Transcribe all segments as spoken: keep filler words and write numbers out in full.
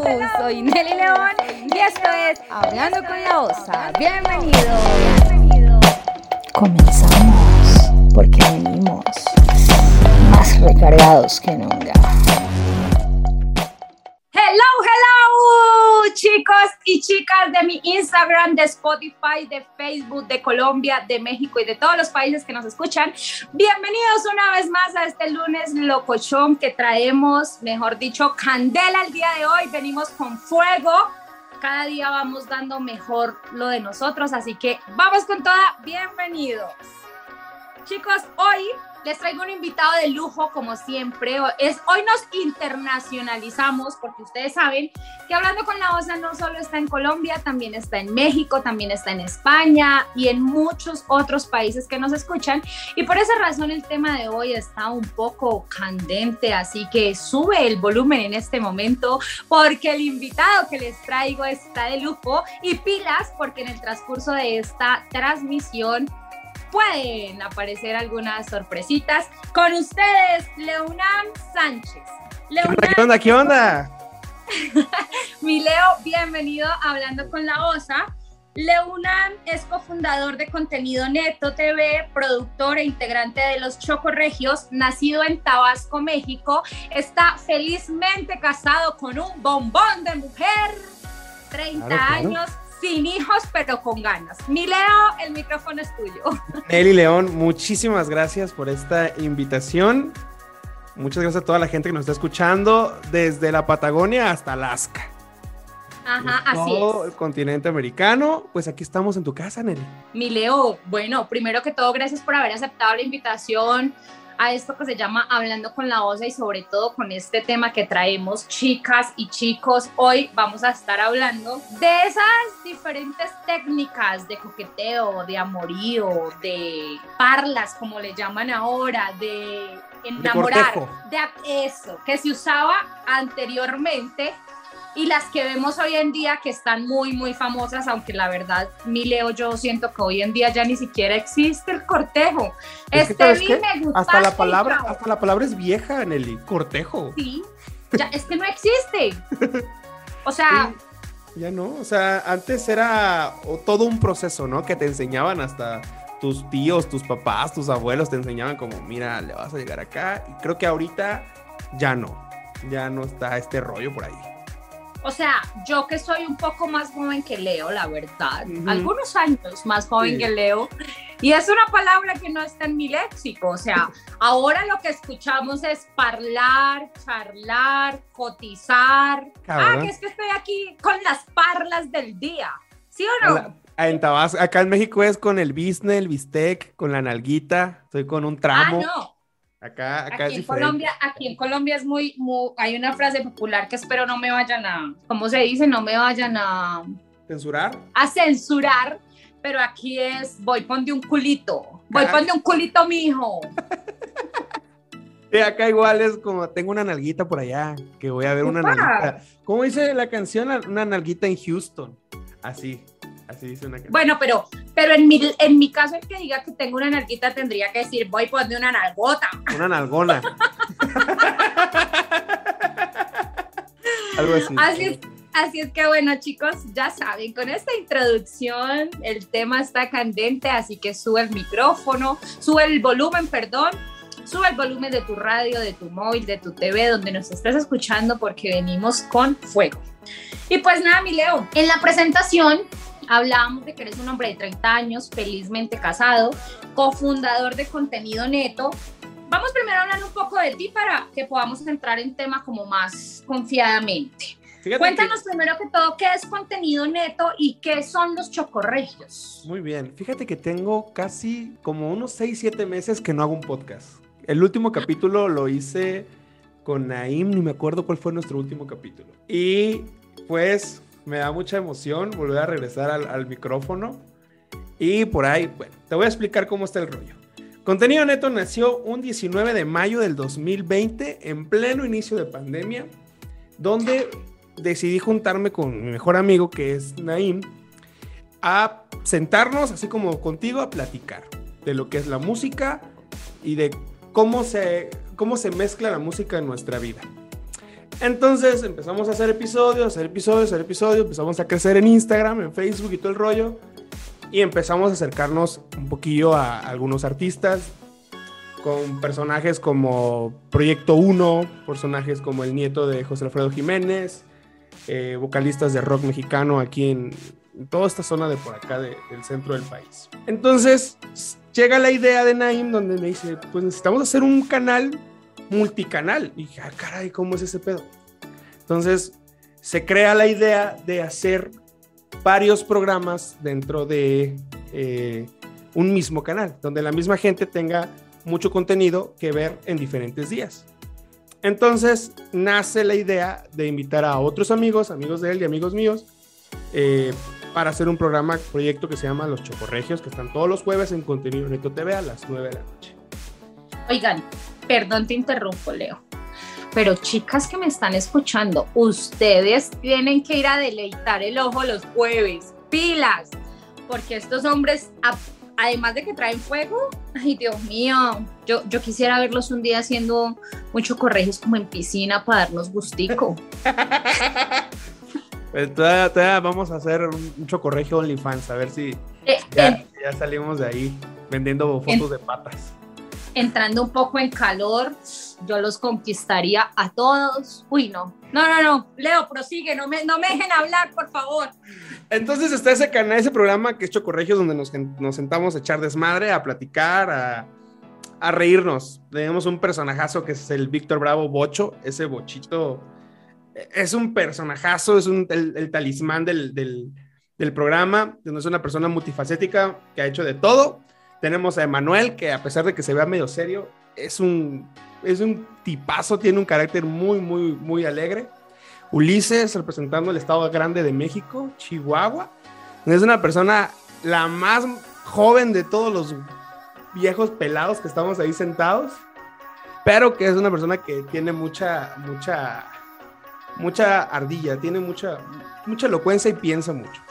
hello, soy Nelly León y esto es Hablando con la Osa. Bienvenido. Comenzamos porque venimos más recargados que nunca. Hello, hello, chicos y chicas de mi Instagram, de Spotify, de Facebook, de Colombia, de México y de todos los países que nos escuchan. Bienvenidos una vez más a este lunes locochón que traemos, mejor dicho, candela el día de hoy. Venimos con fuego. Cada día vamos dando mejor lo de nosotros, así que vamos con toda. Bienvenidos. Chicos, hoy les traigo un invitado de lujo, como siempre. Es, hoy nos internacionalizamos porque ustedes saben que Hablando con la Osa no solo está en Colombia, también está en México, también está en España y en muchos otros países que nos escuchan. Y por esa razón el tema de hoy está un poco candente, así que sube el volumen en este momento porque el invitado que les traigo está de lujo. Y pilas porque en el transcurso de esta transmisión pueden aparecer algunas sorpresitas. Con ustedes, Leonam Sánchez. Leonam, ¿Qué onda? ¿Qué onda? Mi Leo, bienvenido a Hablando con la Osa. Leonam es cofundador de Contenido Neto T V, productor e integrante de Los Chocorregios, nacido en Tabasco, México. Está felizmente casado con un bombón de mujer, treinta claro, claro. años, sin hijos, pero con ganas. Mi Leo, el micrófono es tuyo. Nelly León, muchísimas gracias por esta invitación. Muchas gracias a toda la gente que nos está escuchando desde la Patagonia hasta Alaska. Ajá, así es. Todo el continente americano. Pues aquí estamos en tu casa, Nelly. Mi Leo, bueno, primero que todo, gracias por haber aceptado la invitación a esto que se llama Hablando con la Osa y sobre todo con este tema que traemos, chicas y chicos. Hoy vamos a estar hablando de esas diferentes técnicas de coqueteo, de amorío, de parlas, como le llaman ahora, de enamorar, de, de eso, que se usaba anteriormente y las que vemos hoy en día que están muy, muy famosas, aunque la verdad, mi Leo, yo siento que hoy en día ya ni siquiera existe el cortejo. Es este vi me gusta. Hasta la palabra, hasta la palabra es vieja, Nelly, cortejo. Sí, ya, es que no existe. O sea... Sí, ya no, o sea, antes era todo un proceso, ¿no? Que te enseñaban hasta tus tíos, tus papás, tus abuelos, te enseñaban como, mira, le vas a llegar acá. Y creo que ahorita ya no, ya no está este rollo por ahí. O sea, yo que soy un poco más joven que Leo, la verdad, uh-huh. algunos años más joven sí. que Leo, y es una palabra que no está en mi léxico, o sea, ahora lo que escuchamos es parlar, charlar, cotizar, Cabrón. ah, que es que estoy aquí con las parlas del día, ¿sí o no? La, en Tabasco, acá en México es con el bisne, el bistec, con la nalguita, estoy con un tramo. Ah, no. Acá, acá aquí, es en diferente. Colombia, aquí en Colombia es muy, muy, hay una frase popular que espero no me vayan a, ¿cómo se dice? No me vayan a... ¿Censurar? A censurar, pero aquí es, voy ponte un culito, voy ponte un culito, mijo. Sí, acá igual es como, tengo una nalguita por allá, que voy a ver una nalguita. ¿Cómo dice la canción? Una nalguita en Houston, así. Así dice una canción. Bueno, pero, pero en, mi, en mi caso, el que diga que tengo una nalguita tendría que decir, voy a poner una nalgota. Una nalgona. Algo así. Así es, así es que, bueno, chicos, ya saben, con esta introducción, el tema está candente, así que sube el micrófono, sube el volumen, perdón, sube el volumen de tu radio, de tu móvil, de tu T V, donde nos estés escuchando, porque venimos con fuego. Y pues nada, mi Leo, en la presentación hablábamos de que eres un hombre de treinta años, felizmente casado, cofundador de Contenido Neto. Vamos primero a hablar un poco de ti para que podamos entrar en tema como más confiadamente. Fíjate Cuéntanos que... primero que todo qué es Contenido Neto y qué son los Chocorregios. Muy bien, fíjate que tengo casi como unos seis, siete meses que no hago un podcast. El último capítulo lo hice con Naim, ni me acuerdo cuál fue nuestro último capítulo. Y pues... me da mucha emoción volver a regresar al, al micrófono. Y por ahí, bueno, te voy a explicar cómo está el rollo. Contenido Neto nació un diecinueve de mayo del dos mil veinte, en pleno inicio de pandemia, donde decidí juntarme con mi mejor amigo, que es Naim, a sentarnos, así como contigo, a platicar de lo que es la música y de cómo se, cómo se mezcla la música en nuestra vida. Entonces empezamos a hacer episodios, hacer episodios, hacer episodios, empezamos a crecer en Instagram, en Facebook y todo el rollo, y empezamos a acercarnos un poquillo a algunos artistas, con personajes como Proyecto Uno, personajes como el nieto de José Alfredo Jiménez, eh, vocalistas de rock mexicano aquí en, en toda esta zona de por acá de, del centro del país. Entonces llega la idea de Naim donde me dice, pues necesitamos hacer un canal multicanal. Y dije, ah, caray, ¿cómo es ese pedo? Entonces se crea la idea de hacer varios programas dentro de eh, un mismo canal, donde la misma gente tenga mucho contenido que ver en diferentes días. Entonces nace la idea de invitar a otros amigos, amigos de él y amigos míos, eh, para hacer un programa, proyecto que se llama Los Chocorregios, que están todos los jueves en Contenido Neto T V a las nueve de la noche. Oigan, perdón, te interrumpo, Leo, pero chicas que me están escuchando, ustedes tienen que ir a deleitar el ojo los jueves, pilas, porque estos hombres, además de que traen fuego, ay Dios mío, yo, yo quisiera verlos un día haciendo un chocorregios como en piscina para darnos gustico. Pues todavía, todavía vamos a hacer un, un chocorregio OnlyFans, a ver si eh, ya, eh, ya salimos de ahí vendiendo fotos en, de patas. Entrando un poco en calor, yo los conquistaría a todos. Uy, no, no, no, no, Leo, prosigue, no me, no me dejen hablar, por favor. Entonces está ese canal, ese programa que es Chocorregios, donde nos, nos sentamos a echar desmadre, a platicar, a, a reírnos. Tenemos un personajazo que es el Víctor Bravo Bocho, ese bochito es un personajazo, es un, el, el talismán del, del, del programa, es una persona multifacética que ha hecho de todo. Tenemos a Emanuel, que a pesar de que se vea medio serio, es un, es un tipazo, tiene un carácter muy, muy, muy alegre. Ulises, representando el estado grande de México, Chihuahua. Es una persona la más joven de todos los viejos pelados que estamos ahí sentados, pero que es una persona que tiene mucha, mucha, mucha ardilla, tiene mucha, mucha elocuencia y piensa mucho.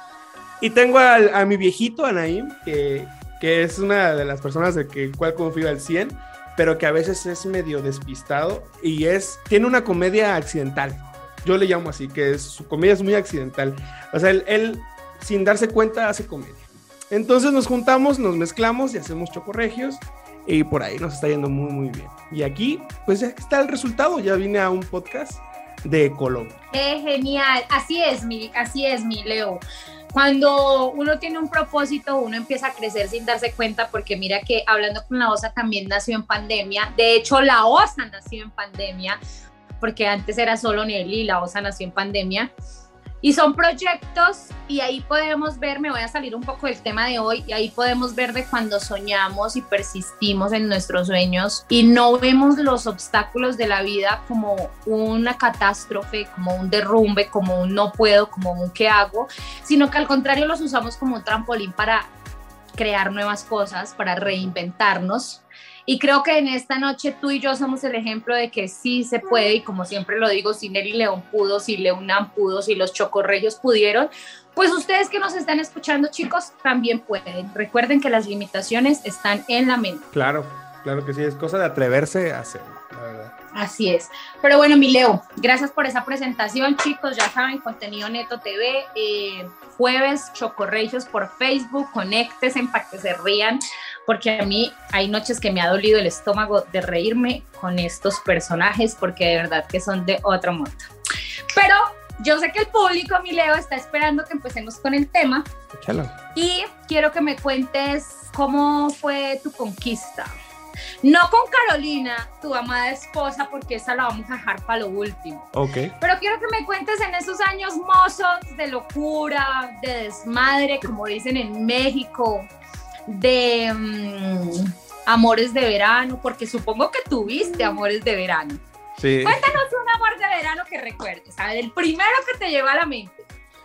Y tengo a, a mi viejito, a Naim, que, que es una de las personas de que cual confío al cien, pero que a veces es medio despistado y es, tiene una comedia accidental. Yo le llamo así, que es, su comedia es muy accidental. O sea, él, él sin darse cuenta hace comedia. Entonces nos juntamos, nos mezclamos y hacemos chocorregios y por ahí nos está yendo muy, muy bien. Y aquí, pues ya está el resultado. Ya vine a un podcast de Colombia. ¡Qué genial! Así es, mi, así es, mi Leo. Cuando uno tiene un propósito, uno empieza a crecer sin darse cuenta, porque mira que Hablando con la Osa también nació en pandemia. De hecho, la Osa nació en pandemia, porque antes era solo Nelly, la Osa nació en pandemia. Y son proyectos, y ahí podemos ver, me voy a salir un poco del tema de hoy, y ahí podemos ver de cuando soñamos y persistimos en nuestros sueños y no vemos los obstáculos de la vida como una catástrofe, como un derrumbe, como un no puedo, como un qué hago, sino que al contrario los usamos como un trampolín para crear nuevas cosas, para reinventarnos. Y creo que en esta noche tú y yo somos el ejemplo de que sí se puede, y como siempre lo digo, si Nelly León pudo, si Leonam pudo, si los Chocorregios pudieron, pues ustedes que nos están escuchando, chicos, también pueden. Recuerden que las limitaciones están en la mente. Claro, claro que sí, es cosa de atreverse a hacerlo, la verdad. Así es. Pero bueno, mi Leo, gracias por esa presentación, chicos. Ya saben, Contenido Neto T V, eh, jueves, Chocorregios por Facebook, conéctense para que se rían, porque a mí hay noches que me ha dolido el estómago de reírme con estos personajes, porque de verdad que son de otro mundo. Pero yo sé que el público, mi Leo, está esperando que empecemos con el tema. Échalo. Y quiero que me cuentes cómo fue tu conquista. No con Carolina, tu amada esposa, porque esa la vamos a dejar para lo último. Ok. Pero quiero que me cuentes en esos años mozos de locura, de desmadre, como dicen en México, de um, amores de verano, porque supongo que tuviste amores de verano. Sí. Cuéntanos un amor de verano que recuerdes, ¿sabes? El primero que te lleva a la mente.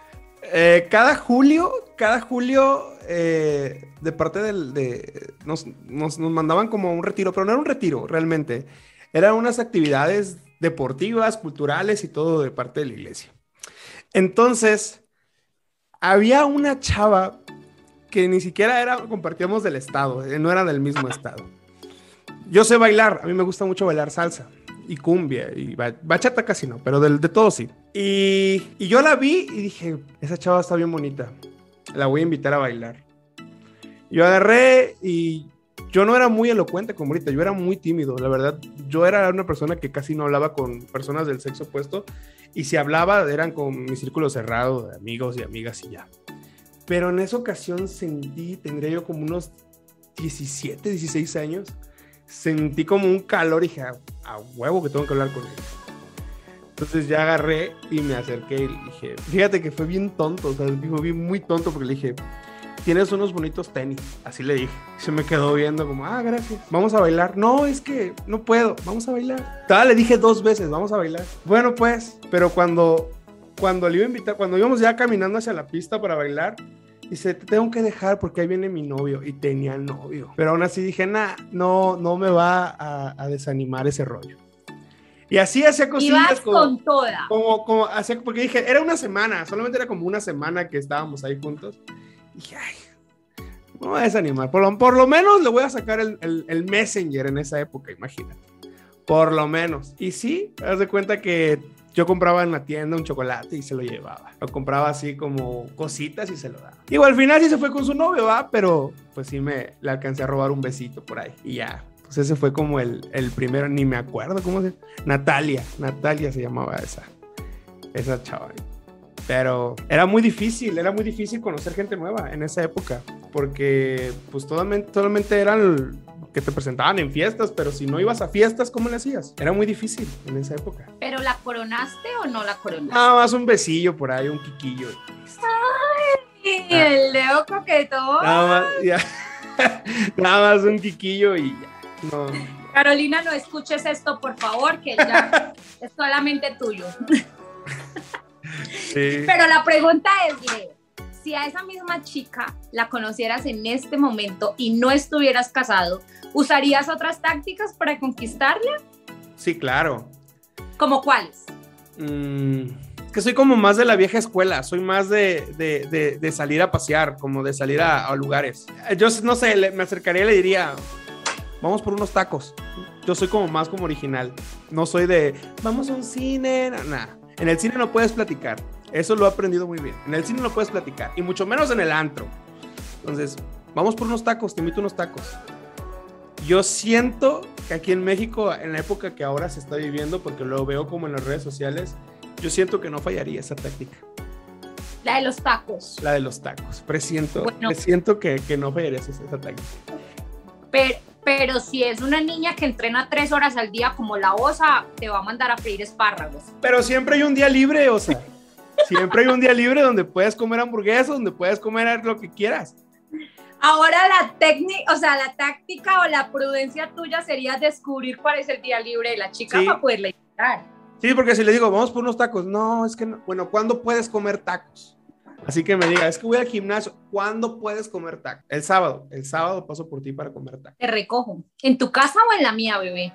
Eh, cada julio, cada julio, eh, de parte del, de, nos, nos, nos mandaban como un retiro, pero no era un retiro, realmente. Eran unas actividades deportivas, culturales y todo de parte de la iglesia. Entonces, había una chava que ni siquiera era, compartíamos del estado, eh, no era del mismo estado. Yo sé bailar, a mí me gusta mucho bailar salsa. y cumbia, y bachata casi no, pero de, de todo sí. Y, y yo la vi y dije, esa chava está bien bonita, la voy a invitar a bailar. Yo agarré y yo no era muy elocuente como ahorita, yo era muy tímido, la verdad. Yo era una persona que casi no hablaba con personas del sexo opuesto, y si hablaba eran con mi círculo cerrado de amigos y amigas y ya. Pero en esa ocasión sentí, tendría yo como unos diecisiete, dieciséis años, sentí como un calor y dije, a, a huevo que tengo que hablar con ella. Entonces ya agarré y me acerqué y le dije, fíjate que fue bien tonto, o sea, fue bien muy tonto porque le dije, tienes unos bonitos tenis, así le dije. Se me quedó viendo como, ah, gracias, vamos a bailar. No, es que no puedo, vamos a bailar. Todavía le dije dos veces, vamos a bailar. Bueno, pues, pero cuando, cuando le iba a invitar, cuando íbamos ya caminando hacia la pista para bailar, dice, te tengo que dejar porque ahí viene mi novio. Y tenía novio. Pero aún así dije, nah, no, no me va a, a desanimar ese rollo. Y así hacía cosillas. Ibas como, con toda. Como, como hacía, porque dije, era una semana, solamente era como una semana que estábamos ahí juntos. Y dije, ay, no me voy a desanimar. Por lo, por lo menos le voy a sacar el, el, el Messenger en esa época, imagínate. Por lo menos. Y sí, haz de cuenta que yo compraba en la tienda un chocolate y se lo llevaba. Lo compraba así como cositas y se lo daba. Y al final sí se fue con su novio, ¿va? Pero pues sí me le alcancé a robar un besito por ahí. Y ya, pues ese fue como el, el primero, ni me acuerdo cómo se... Natalia, Natalia se llamaba esa, esa chava. Pero era muy difícil, era muy difícil conocer gente nueva en esa época. Porque pues solamente, solamente eran... que te presentaban en fiestas, pero si no ibas a fiestas, ¿cómo le hacías? Era muy difícil en esa época. ¿Pero la coronaste o no la coronaste? Nada más un besillo por ahí, un quiquillo. ¡Ay! Ah. El Leo coquetón. Nada más, ya. Nada más un quiquillo y ya. No. Carolina, no escuches esto, por favor, que ya es solamente tuyo. Sí. Pero la pregunta es, Leo, si a esa misma chica la conocieras en este momento y no estuvieras casado, ¿usarías otras tácticas para conquistarla? Sí, claro. ¿Cómo cuáles? Mm, es que soy como más de la vieja escuela, soy más de, de, de, de salir a pasear, como de salir a, a lugares. Yo no sé, le, me acercaría y le diría, vamos por unos tacos. Yo soy como más como original, no soy de, vamos a un cine, nada. En el cine no puedes platicar. Eso lo he aprendido muy bien. En el cine no puedes platicar, y mucho menos en el antro. Entonces, vamos por unos tacos, te invito a unos tacos. Yo siento que aquí en México, en la época que ahora se está viviendo, porque lo veo como en las redes sociales, yo siento que no fallaría esa táctica. La de los tacos. La de los tacos. Presiento, bueno, presiento que, que no fallaría esa, esa táctica. Pero, pero si es una niña que entrena tres horas al día como la Osa, te va a mandar a freír espárragos. Pero siempre hay un día libre, Osa. Siempre hay un día libre donde puedes comer hamburguesas, donde puedes comer lo que quieras. Ahora la técnica, o sea, la táctica o la prudencia tuya sería descubrir cuál es el día libre de la chica, sí, para poderla invitar. Sí, porque si le digo, vamos por unos tacos, no, es que no. Bueno, ¿cuándo puedes comer tacos? Así que me diga, es que voy al gimnasio, ¿cuándo puedes comer tacos? El sábado, el sábado paso por ti para comer tacos. Te recojo, ¿en tu casa o en la mía, bebé?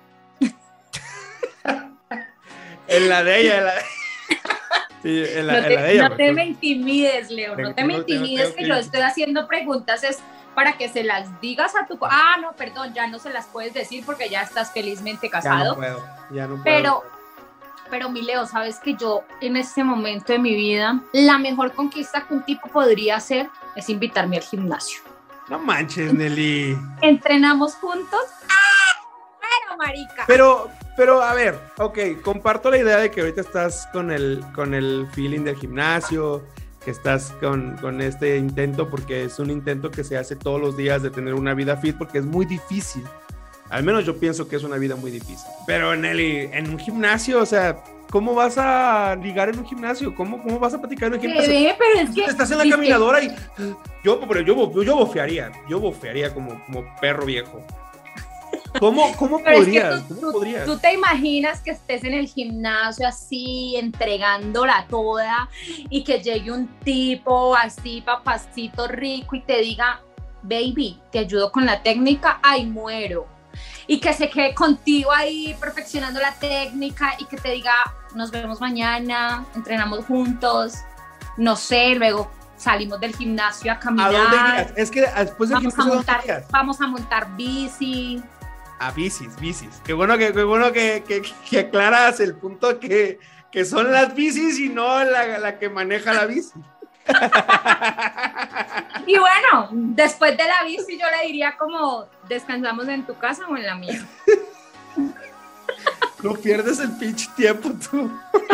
En la de ella, en la de sí, en la, no te, en la de ella, no te me intimides, Leo, tengo, no te me intimides, que, que yo estoy haciendo preguntas es para que se las digas a tu... Ah, no, perdón, ya no se las puedes decir porque ya estás felizmente casado. Ya no puedo, ya no puedo. Pero, pero mi Leo, ¿sabes que yo en este momento de mi vida, la mejor conquista que un tipo podría hacer es invitarme al gimnasio? No manches, Nelly. ¿Entrenamos juntos? ¡Ah! Bueno, marica. Pero... Pero, a ver, ok, comparto la idea de que ahorita estás con el, con el feeling del gimnasio, que estás con, con este intento, porque es un intento que se hace todos los días de tener una vida fit, porque es muy difícil. Al menos yo pienso que es una vida muy difícil. Pero, Nelly, en un gimnasio, o sea, ¿cómo vas a ligar en un gimnasio? ¿Cómo, cómo vas a platicar en un gimnasio? Bebé, pero es que... Estás en la caminadora y... Yo, pero yo, yo, yo bofearía, yo bofearía como, como perro viejo. ¿Cómo, cómo podrías? Es que tú, ¿Cómo tú, podrías? Tú te imaginas que estés en el gimnasio así, entregándola toda, y que llegue un tipo así, papacito rico, y te diga, baby, te ayudo con la técnica, ay, muero. Y que se quede contigo ahí perfeccionando la técnica y que te diga, nos vemos mañana, entrenamos juntos, no sé, luego salimos del gimnasio a caminar. ¿A dónde irías? Es que después del vamos gimnasio, a montar, vamos a montar bici. a bicis, bicis. Qué bueno que, qué bueno que, que, que aclaras el punto que, que son las bicis y no la, la que maneja la bici. Y bueno, después de la bici yo le diría como, ¿descansamos en tu casa o en la mía? No pierdes el pinche tiempo tú.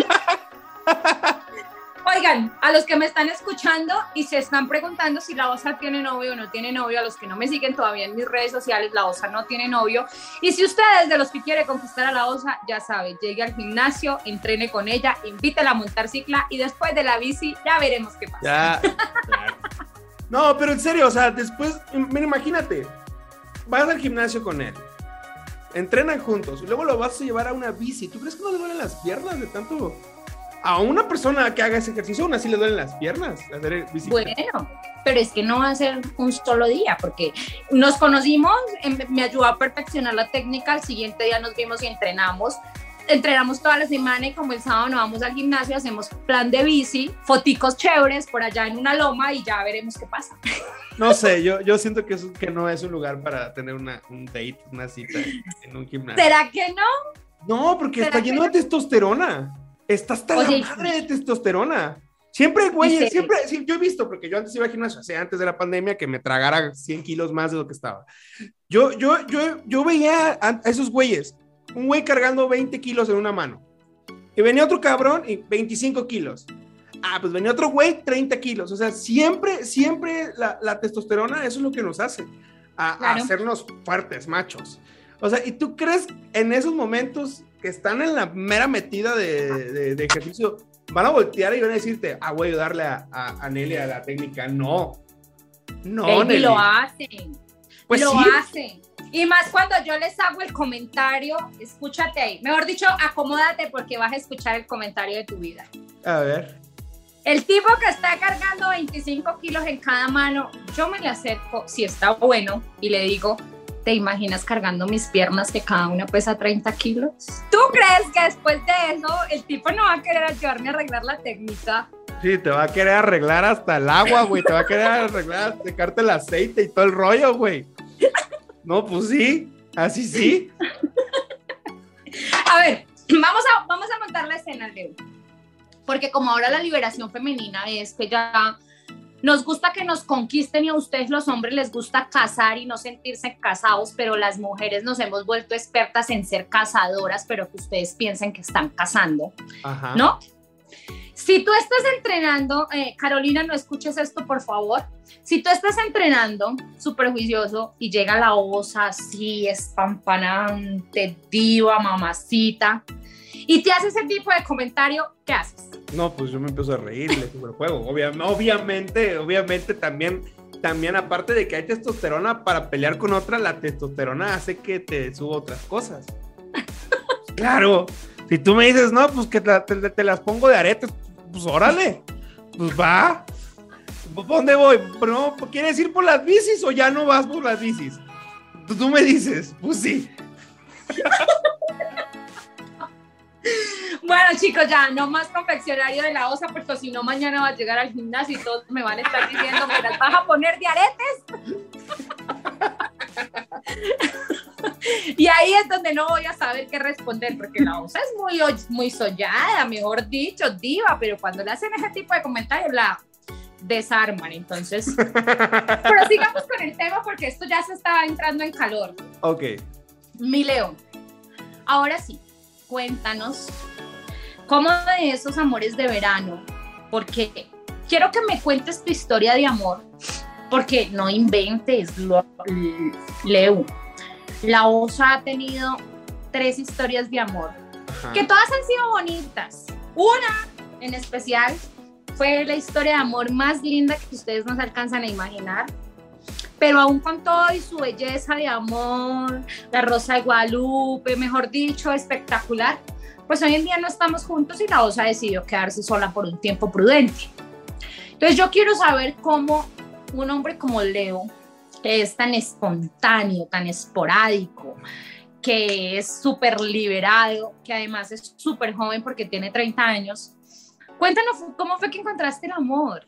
Oigan, a los que me están escuchando y se están preguntando si la Osa tiene novio o no tiene novio, a los que no me siguen todavía en mis redes sociales, la Osa no tiene novio. Y si ustedes de los que quiere conquistar a la Osa, ya sabe, llegue al gimnasio, entrene con ella, invítela a montar cicla y después de la bici ya veremos qué pasa. Ya, claro. No, pero en serio, o sea, después, mira, imagínate, vas al gimnasio con él, entrenan juntos y luego lo vas a llevar a una bici. ¿Tú crees que no le duelen las piernas de tanto? A una persona que haga ese ejercicio aún así le duelen las piernas hacer bicicleta. Bueno, pero es que no va a ser un solo día, porque nos conocimos, me ayudó a perfeccionar la técnica, al siguiente día nos vimos y entrenamos, entrenamos toda la semana y como el sábado nos vamos al gimnasio, hacemos plan de bici, foticos chéveres por allá en una loma y ya veremos qué pasa. No sé, yo, yo siento que, eso, que no es un lugar para tener una, un date, una cita en un gimnasio. ¿Será que no? No, porque está lleno de testosterona. Está hasta Oye, la madre de testosterona. Siempre, güey, siempre, sí, yo he visto, porque yo antes iba al gimnasio, o sea, antes de la pandemia, que me tragara cien kilos más de lo que estaba. Yo, yo, yo, yo veía a esos güeyes, un güey cargando veinte kilos en una mano, y venía otro cabrón y veinticinco kilos. Ah, pues venía otro güey, treinta kilos. O sea, siempre, siempre la, la testosterona, eso es lo que nos hace, a, claro. a hacernos fuertes, machos. O sea, ¿y tú crees en esos momentos que están en la mera metida de, de, de ejercicio, van a voltear y van a decirte, ah, voy a ayudarle a, a, a Nelly a la técnica? No. No, Baby, Nelly. Lo hacen. Pues lo sí. hacen. Y más cuando yo les hago el comentario, escúchate ahí. Mejor dicho, acomódate porque vas a escuchar el comentario de tu vida. A ver. El tipo que está cargando veinticinco kilos en cada mano, yo me le acerco, si está bueno, y le digo, ¿te imaginas cargando mis piernas que cada una pesa treinta kilos? ¿Tú crees que después de eso el tipo no va a querer ayudarme a arreglar la técnica? Sí, te va a querer arreglar hasta el agua, güey. Te va a querer arreglar, secarte el aceite y todo el rollo, güey. No, pues sí, así sí. A ver, vamos a, vamos a montar la escena, Leo. Porque como ahora la liberación femenina es que ya nos gusta que nos conquisten y a ustedes los hombres les gusta cazar y no sentirse casados, pero las mujeres nos hemos vuelto expertas en ser cazadoras, pero que ustedes piensen que están cazando, Ajá. ¿no? Si tú estás entrenando, eh, Carolina, no escuches esto, por favor. Si tú estás entrenando súper juicioso y llega la Osa así, espampanante, diva, mamacita, y te hace ese tipo de comentario, ¿qué haces? No, pues yo me empiezo a reír, le subo el juego. Obviamente, obviamente, obviamente también, también aparte de que hay testosterona para pelear con otra, la testosterona hace que te suba otras cosas. Claro, si tú me dices, no, pues que te, te, te las pongo de aretes, pues órale, pues va. ¿Por dónde voy? ¿No? ¿Quieres ir por las bicis o ya no vas por las bicis? Tú, tú me dices, pues sí. Bueno, chicos, ya, no más confeccionario de la Osa, porque si no, mañana va a llegar al gimnasio y todos me van a estar diciendo, ¿me las vas a poner de aretes? Y ahí es donde no voy a saber qué responder, porque la Osa es muy, muy sollada, mejor dicho, diva, pero cuando le hacen ese tipo de comentarios, la desarman. Entonces, pero sigamos con el tema, porque esto ya se está entrando en calor. Ok. Mi Leo, ahora sí, cuéntanos cómo de esos amores de verano, porque quiero que me cuentes tu historia de amor, porque no inventes, lo, Leo. La Osa ha tenido tres historias de amor, Ajá. que todas han sido bonitas. Una en especial fue la historia de amor más linda que ustedes no se alcanzan a imaginar, pero aún con todo y su belleza de amor, la Rosa de Guadalupe, mejor dicho, espectacular, pues hoy en día no estamos juntos y la Osa decidió quedarse sola por un tiempo prudente. Entonces yo quiero saber cómo un hombre como Leo, que es tan espontáneo, tan esporádico, que es súper liberado, que además es súper joven porque tiene treinta años, cuéntanos cómo fue que encontraste el amor.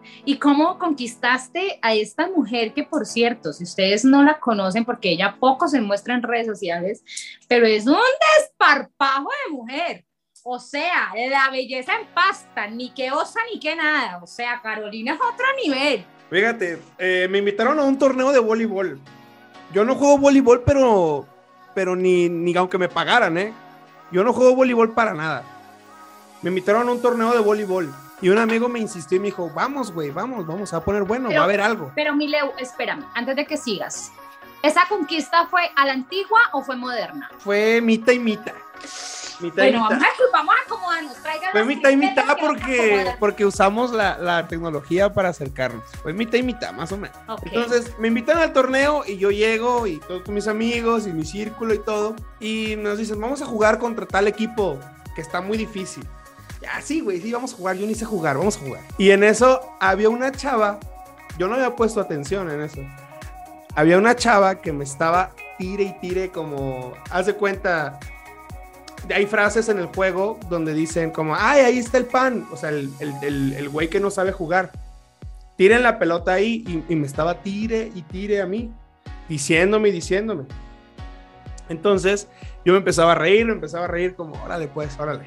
¿Y cómo conquistaste a esta mujer que, por cierto, si ustedes no la conocen, porque ella poco se muestra en redes sociales, pero es un desparpajo de mujer? O sea, la belleza en pasta, ni que osa ni que nada. O sea, Carolina es otro nivel. Fíjate, eh, me invitaron a un torneo de voleibol. Yo no juego voleibol, pero, pero ni, ni aunque me pagaran, ¿eh? Yo no juego voleibol para nada. Me invitaron a un torneo de voleibol. Y un amigo me insistió y me dijo, vamos, güey, vamos, vamos, a poner bueno, pero, va a haber algo. Pero, Mileu, espérame, antes de que sigas. ¿Esa conquista fue a la antigua o fue moderna? Fue mitad y mitad. Mitad bueno, y mitad. Vamos, a, vamos a acomodarnos. Fue mitad y mitad porque, porque usamos la, la tecnología para acercarnos. Fue mitad y mitad, más o menos. Okay. Entonces, me invitan al torneo y yo llego y todos con mis amigos y mi círculo y todo. Y nos dicen, vamos a jugar contra tal equipo que está muy difícil. Ya, sí, güey, sí, vamos a jugar. Yo ni sé jugar, vamos a jugar. Y en eso había una chava, yo no había puesto atención en eso. Había una chava que me estaba tire y tire como, haz de cuenta, hay frases en el juego donde dicen como, ay, ahí está el pan. O sea, el, el, el, el güey que no sabe jugar. Tiren la pelota ahí y, y me estaba tire y tire a mí, diciéndome y diciéndome. Entonces, yo me empezaba a reír, me empezaba a reír como, órale pues, órale.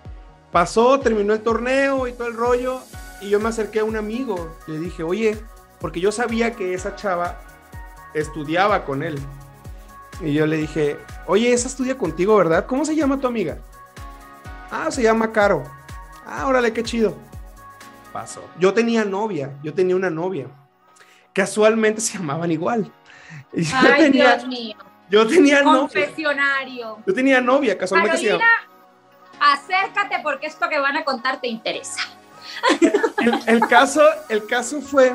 Pasó, terminó el torneo y todo el rollo, y yo me acerqué a un amigo, le dije, oye, porque yo sabía que esa chava estudiaba con él, y yo le dije, oye, esa estudia contigo, ¿verdad? ¿Cómo se llama tu amiga? Ah, se llama Caro. Ah, órale, qué chido. Pasó. Yo tenía novia, yo tenía una novia, casualmente se llamaban igual. Y yo Ay, tenía, Dios mío. Yo tenía Confesionario. novia. Yo tenía novia, casualmente Carolina, se llamaba. Acércate porque esto que van a contar te interesa. El, el, caso, el caso fue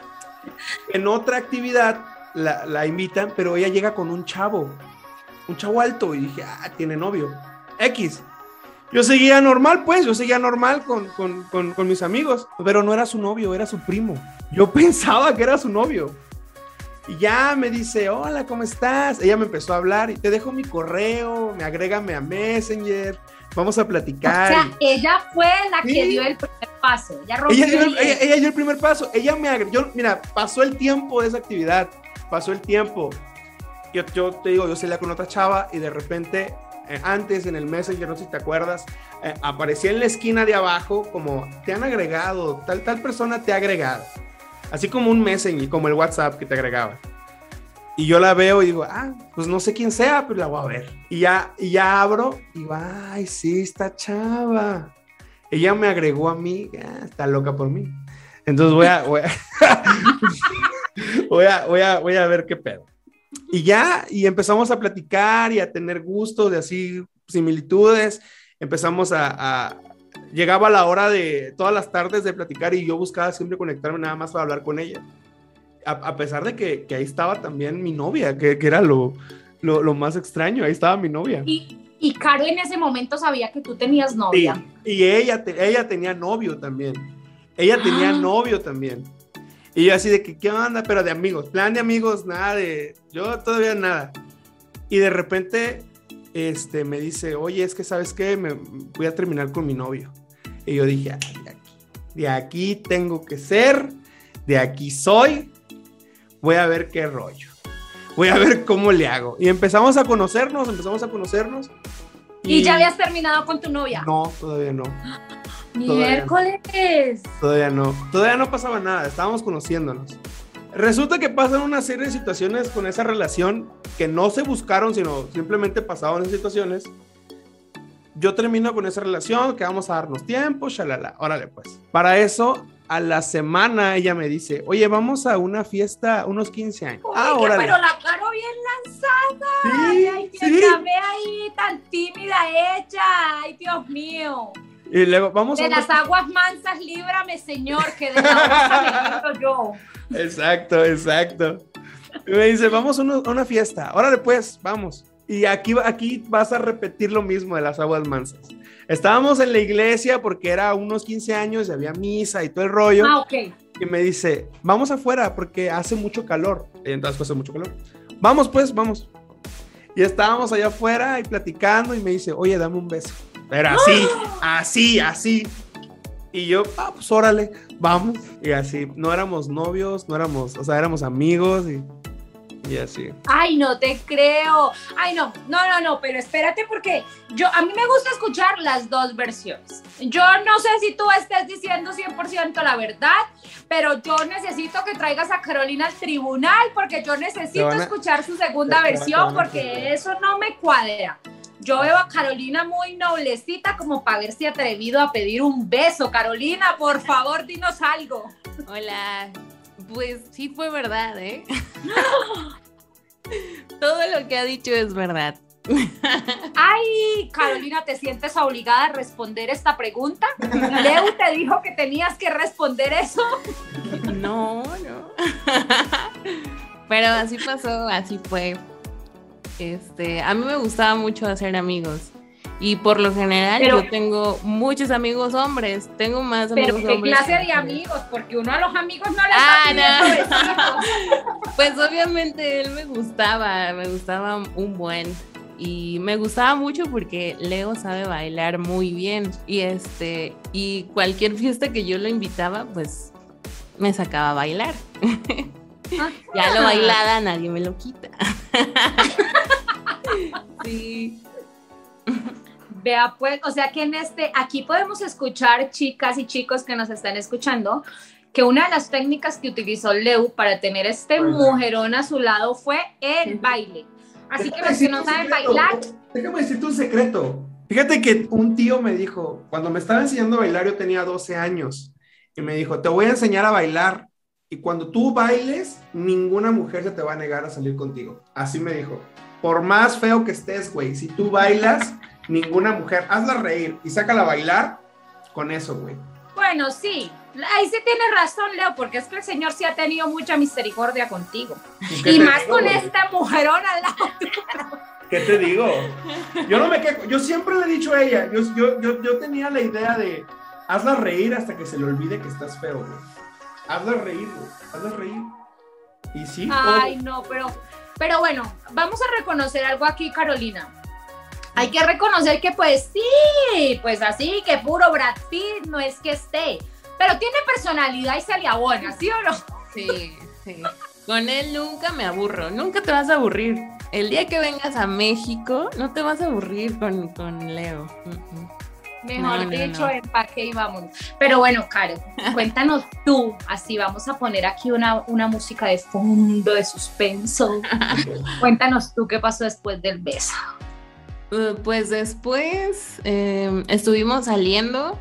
en otra actividad la, la invitan, pero ella llega con un chavo, un chavo alto, y dije, ah, tiene novio. X. Yo seguía normal, pues, yo seguía normal con, con, con, con mis amigos, pero no era su novio, era su primo. Yo pensaba que era su novio. Y ya me dice, hola, ¿cómo estás? Ella me empezó a hablar y te dejo mi correo, me agrégame a Messenger, vamos a platicar. O sea, y... ella fue la que sí. dio el primer paso. Ella, ella, dio el, ella, ella dio el primer paso. Ella me agregó, mira, pasó el tiempo de esa actividad, pasó el tiempo. Yo, yo te digo, yo salía con otra chava y de repente, eh, antes en el Messenger, no sé si te acuerdas, eh, aparecía en la esquina de abajo como, te han agregado, tal, tal persona te ha agregado. Así como un Messenger, como el WhatsApp que te agregaba. Y yo la veo y digo, ah, pues no sé quién sea, pero la voy a ver. Y ya, y ya abro y digo, ay, sí, esta chava. Ella me agregó a mí, ah, está loca por mí. Entonces voy a, voy a, voy a, voy a, voy a ver qué pedo. Y ya, y empezamos a platicar y a tener gustos de así, similitudes. Empezamos a... a Llegaba la hora de todas las tardes de platicar y yo buscaba siempre conectarme nada más para hablar con ella. A, a pesar de que, que ahí estaba también mi novia, que, que era lo, lo, lo más extraño, ahí estaba mi novia. Y, y Caro en ese momento sabía que tú tenías novia. Sí, y ella, te, ella tenía novio también. Ella ah. tenía novio también. Y yo así de que, ¿qué onda? Pero de amigos, plan de amigos, nada de... Yo todavía nada. Y de repente... Este, me dice, oye, es que ¿sabes qué? Me voy a terminar con mi novio. Y yo dije, ay, de aquí, de aquí tengo que ser, de aquí soy, voy a ver qué rollo, voy a ver cómo le hago. Y empezamos a conocernos, empezamos a conocernos. ¿Y, ¿Y ya habías terminado con tu novia? No, todavía no. Miércoles. Todavía no, todavía no pasaba nada, estábamos conociéndonos. Resulta que pasan una serie de situaciones con esa relación que no se buscaron, sino simplemente pasaban esas situaciones. Yo termino con esa relación, que vamos a darnos tiempo, shalala, órale pues. Para eso, a la semana ella me dice, oye, vamos a una fiesta, unos quince años. Uy, ah, órale. Pero la Caro bien lanzada. Sí, ay, que sí. la ve ahí tan tímida ella. Ay, Dios mío. Y luego, vamos de a las aguas mansas, líbrame, Señor, que de la agua me quito yo. Exacto, exacto. Y me dice, vamos a, uno, a una fiesta. Órale pues, vamos. Y aquí, aquí vas a repetir lo mismo de las aguas mansas. Estábamos en la iglesia porque era unos quince años y había misa y todo el rollo. Ah, ok. Y me dice, vamos afuera porque hace mucho calor. Y entonces hace mucho calor. Vamos pues, vamos. Y estábamos allá afuera y platicando y me dice, oye, dame un beso. Pero así, así, así. Y yo, ah, pues órale, vamos. Y así, no éramos novios, no éramos, o sea, éramos amigos y, y así. Ay, no te creo. Ay, no, no, no, no, pero espérate porque yo, a mí me gusta escuchar las dos versiones. Yo no sé si tú estés diciendo cien por ciento la verdad, pero yo necesito que traigas a Carolina al tribunal porque yo necesito a, escuchar su segunda versión porque eso no me cuadra. Yo veo a Carolina muy noblecita como para haberse atrevido a pedir un beso. Carolina, por favor, dinos algo. Hola. Pues sí fue verdad, ¿eh? Todo lo que ha dicho es verdad. Ay, Carolina, ¿te sientes obligada a responder esta pregunta? ¿Leo te dijo que tenías que responder eso? No, no. Pero así pasó, así fue. Este, a mí me gustaba mucho hacer amigos. Y por lo general pero, yo tengo muchos amigos hombres, tengo más amigos hombres. ¿Pero qué clase de amigos? Porque uno a los amigos no les ah, no. Pues obviamente él me gustaba, me gustaba un buen. Y me gustaba mucho porque Leo sabe bailar muy bien. Y este, y cualquier fiesta que yo lo invitaba, pues me sacaba a bailar. Ah, ya lo bailada nadie me lo quita. Sí. Vea pues, o sea que en este, aquí podemos escuchar, chicas y chicos que nos están escuchando, que una de las técnicas que utilizó Leo para tener este mujerón a su lado fue el baile. Así déjame que los que no saben secreto. bailar... Déjame decirte un secreto. Fíjate que un tío me dijo, cuando me estaba enseñando a bailar, yo tenía doce años, y me dijo, te voy a enseñar a bailar, y cuando tú bailes, ninguna mujer se te va a negar a salir contigo. Así me dijo. Por más feo que estés, güey, si tú bailas... Ninguna mujer, hazla reír y sácala a bailar con eso, güey. Bueno, sí, ahí sí tienes razón, Leo, porque es que el Señor sí ha tenido mucha misericordia contigo. Y, y más digo, con güey? Esta mujerona al lado. ¿Qué te digo? Yo no me quejo, yo siempre le he dicho a ella, yo, yo, yo, yo tenía la idea de hazla reír hasta que se le olvide que estás feo, güey. Hazla reír, güey, hazla reír. Y sí. Ay, oh. no, pero, pero bueno, vamos a reconocer algo aquí, Carolina. Hay que reconocer que pues sí, pues así, que puro Brad Pitt no es que esté, pero tiene personalidad y se le abona, ¿sí o no? Sí, sí. Con él nunca me aburro, nunca te vas a aburrir. El día que vengas a México, no te vas a aburrir con, con Leo. Uh-uh. Mejor no, dicho, no, no. empaque y vámonos. Pero bueno, Caro, cuéntanos tú, así vamos a poner aquí una, una música de fondo, de suspenso. Cuéntanos tú qué pasó después del beso. Pues después eh, estuvimos saliendo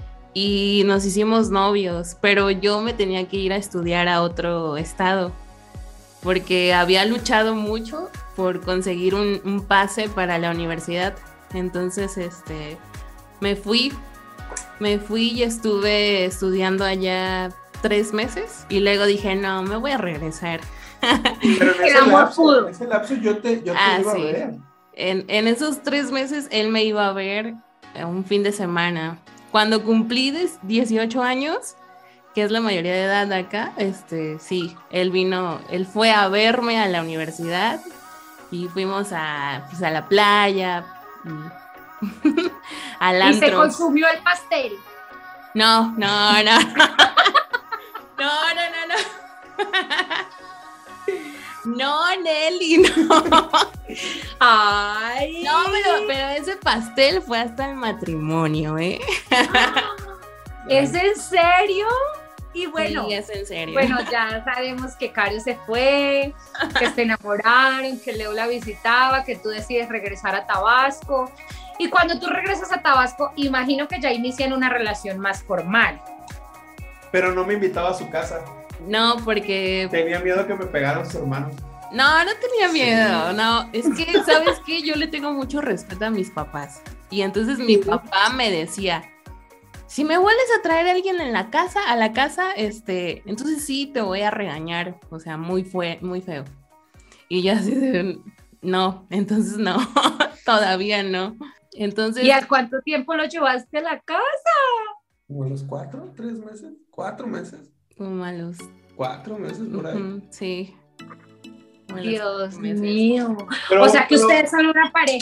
y nos hicimos novios, pero yo me tenía que ir a estudiar a otro estado porque había luchado mucho por conseguir un, un pase para la universidad. Entonces este, me fui, me fui y estuve estudiando allá tres meses y luego dije, no, me voy a regresar. Pero en ese lapso, en ese lapso yo te, yo te ah, iba sí. a ver. En, en esos tres meses él me iba a ver un fin de semana. Cuando cumplí dieciocho años, que es la mayoría de edad acá, este, sí, él vino, él fue a verme a la universidad y fuimos a, pues, a la playa, al antro. ¿Y se consumió el pastel? No, no, no. No, no, no, no. No, Nelly, no. Ay. No, pero, pero ese pastel fue hasta el matrimonio, ¿eh? ¿Es en serio? Y bueno, sí, es en serio. Bueno, ya sabemos que Caro se fue, que se enamoraron, que Leo la visitaba, que tú decides regresar a Tabasco. Y cuando tú regresas a Tabasco, imagino que ya inician una relación más formal. Pero no me invitaba a su casa. No, porque... Tenía miedo que me pegaran sus hermanos. No, no tenía miedo, sí. No. Es que, ¿sabes qué? Yo le tengo mucho respeto a mis papás. Y entonces mi papá me decía, si me vuelves a traer a alguien en la casa, a la casa, este, entonces sí te voy a regañar. O sea, muy, fue, muy feo. Y yo así de, no, entonces no, todavía no. Entonces... ¿Y a cuánto tiempo lo llevaste a la casa? Como a los cuatro, tres meses, cuatro meses. Como a los... Cuatro meses por ahí. Uh-huh, sí. Dios mío. Pero, o sea que pero... ustedes son una pareja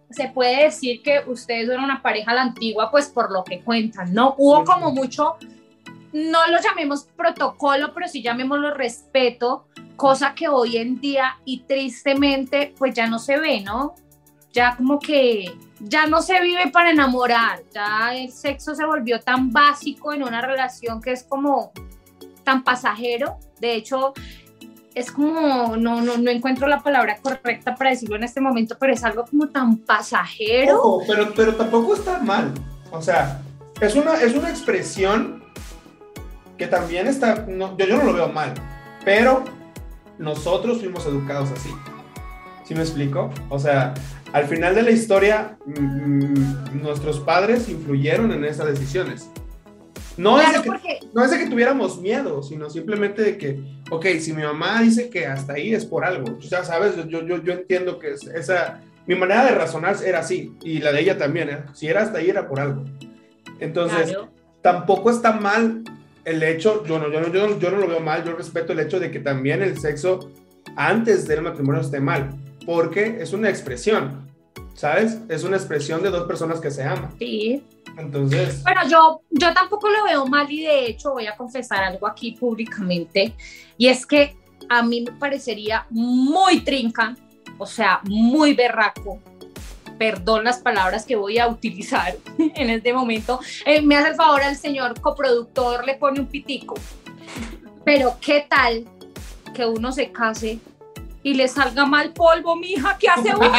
se puede decir que ustedes eran una pareja a la antigua, pues por lo que cuentan, ¿no? Hubo como mucho, no lo llamemos protocolo, pero sí llamémoslo respeto, cosa que hoy en día y tristemente pues ya no se ve, ¿no? Ya como que ya no se vive para enamorar, ya el sexo se volvió tan básico en una relación que es como tan pasajero. De hecho, es como, no, no, no encuentro la palabra correcta para decirlo en este momento, pero es algo como tan pasajero. Ojo, pero, pero tampoco está mal. O sea, es una, es una expresión que también está, no, yo, yo no lo veo mal, pero nosotros fuimos educados así. ¿Sí me explico? O sea, al final de la historia, mmm, nuestros padres influyeron en esas decisiones. No, claro, es de que, porque... no es de que tuviéramos miedo, sino simplemente de que, ok, si mi mamá dice que hasta ahí es por algo. O sea, sabes, yo, yo, yo entiendo que es, esa, mi manera de razonar era así, y la de ella también, ¿eh? Si era hasta ahí era por algo. Entonces, claro, tampoco está mal el hecho, yo no, yo, no, yo, no, yo no lo veo mal, yo respeto el hecho de que también el sexo antes del matrimonio esté mal, porque es una expresión, ¿sabes? Es una expresión de dos personas que se aman. Sí. Entonces... Bueno, yo, yo tampoco lo veo mal y de hecho voy a confesar algo aquí públicamente, y es que a mí me parecería muy trinca, o sea, muy berraco, perdón las palabras que voy a utilizar en este momento, eh, me hace el favor al señor coproductor, le pone un pitico, pero ¿qué tal que uno se case y le salga mal polvo, mija? ¿Qué hace uno?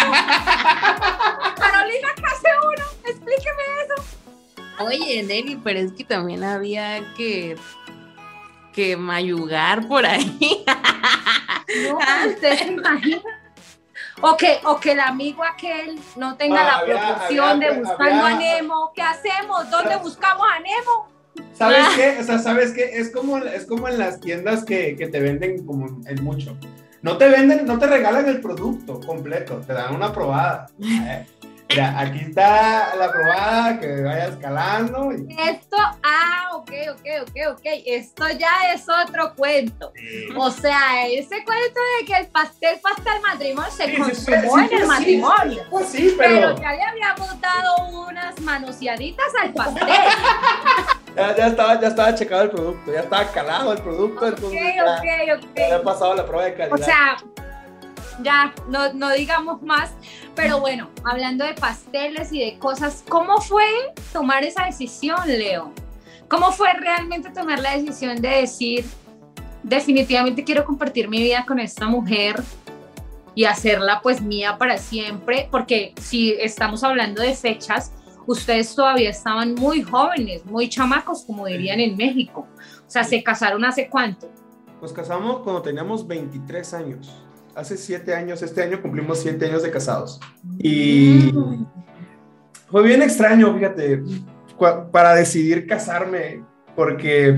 Carolina, ¿qué hace uno? Explíqueme eso. Oye, Nelly, pero es que también había que, que mayugar por ahí. No, ¿usted se imagina? O que, o que el amigo aquel no tenga ah, la había, proporción había, de buscando había, a Nemo. ¿Qué hacemos? ¿Dónde ¿sabes? buscamos a Nemo? ¿Sabes ah. qué? O sea, ¿sabes qué? Es como, es como en las tiendas que, que te venden como en mucho. No te venden, no te regalan el producto completo, te dan una probada. Eh. Mira, aquí está la probada, que vaya escalando. Y... Esto, ah, ok, ok, ok, ok. Esto ya es otro cuento. Sí. O sea, ese cuento de que el pastel para hasta el matrimonio se sí, consumó sí, sí, en el sí, matrimonio. Sí, pues sí, pero... pero ya le habíamos dado unas manoseaditas al pastel. ya, ya, estaba, ya estaba checado el producto, ya estaba calado el producto. Ok, el producto ok, ya, ok. Ya había pasado la prueba de calidad. O sea... Ya, no, no digamos más, pero bueno, hablando de pasteles y de cosas, ¿cómo fue tomar esa decisión, Leo? ¿Cómo fue realmente tomar la decisión de decir, definitivamente quiero compartir mi vida con esta mujer y hacerla pues mía para siempre? Porque si estamos hablando de fechas, ustedes todavía estaban muy jóvenes, muy chamacos, como dirían en México. O sea, ¿se casaron hace cuánto? Nos casamos cuando teníamos veintitrés años. Hace siete años, este año cumplimos siete años de casados. Y mm. fue bien extraño, fíjate, para decidir casarme, porque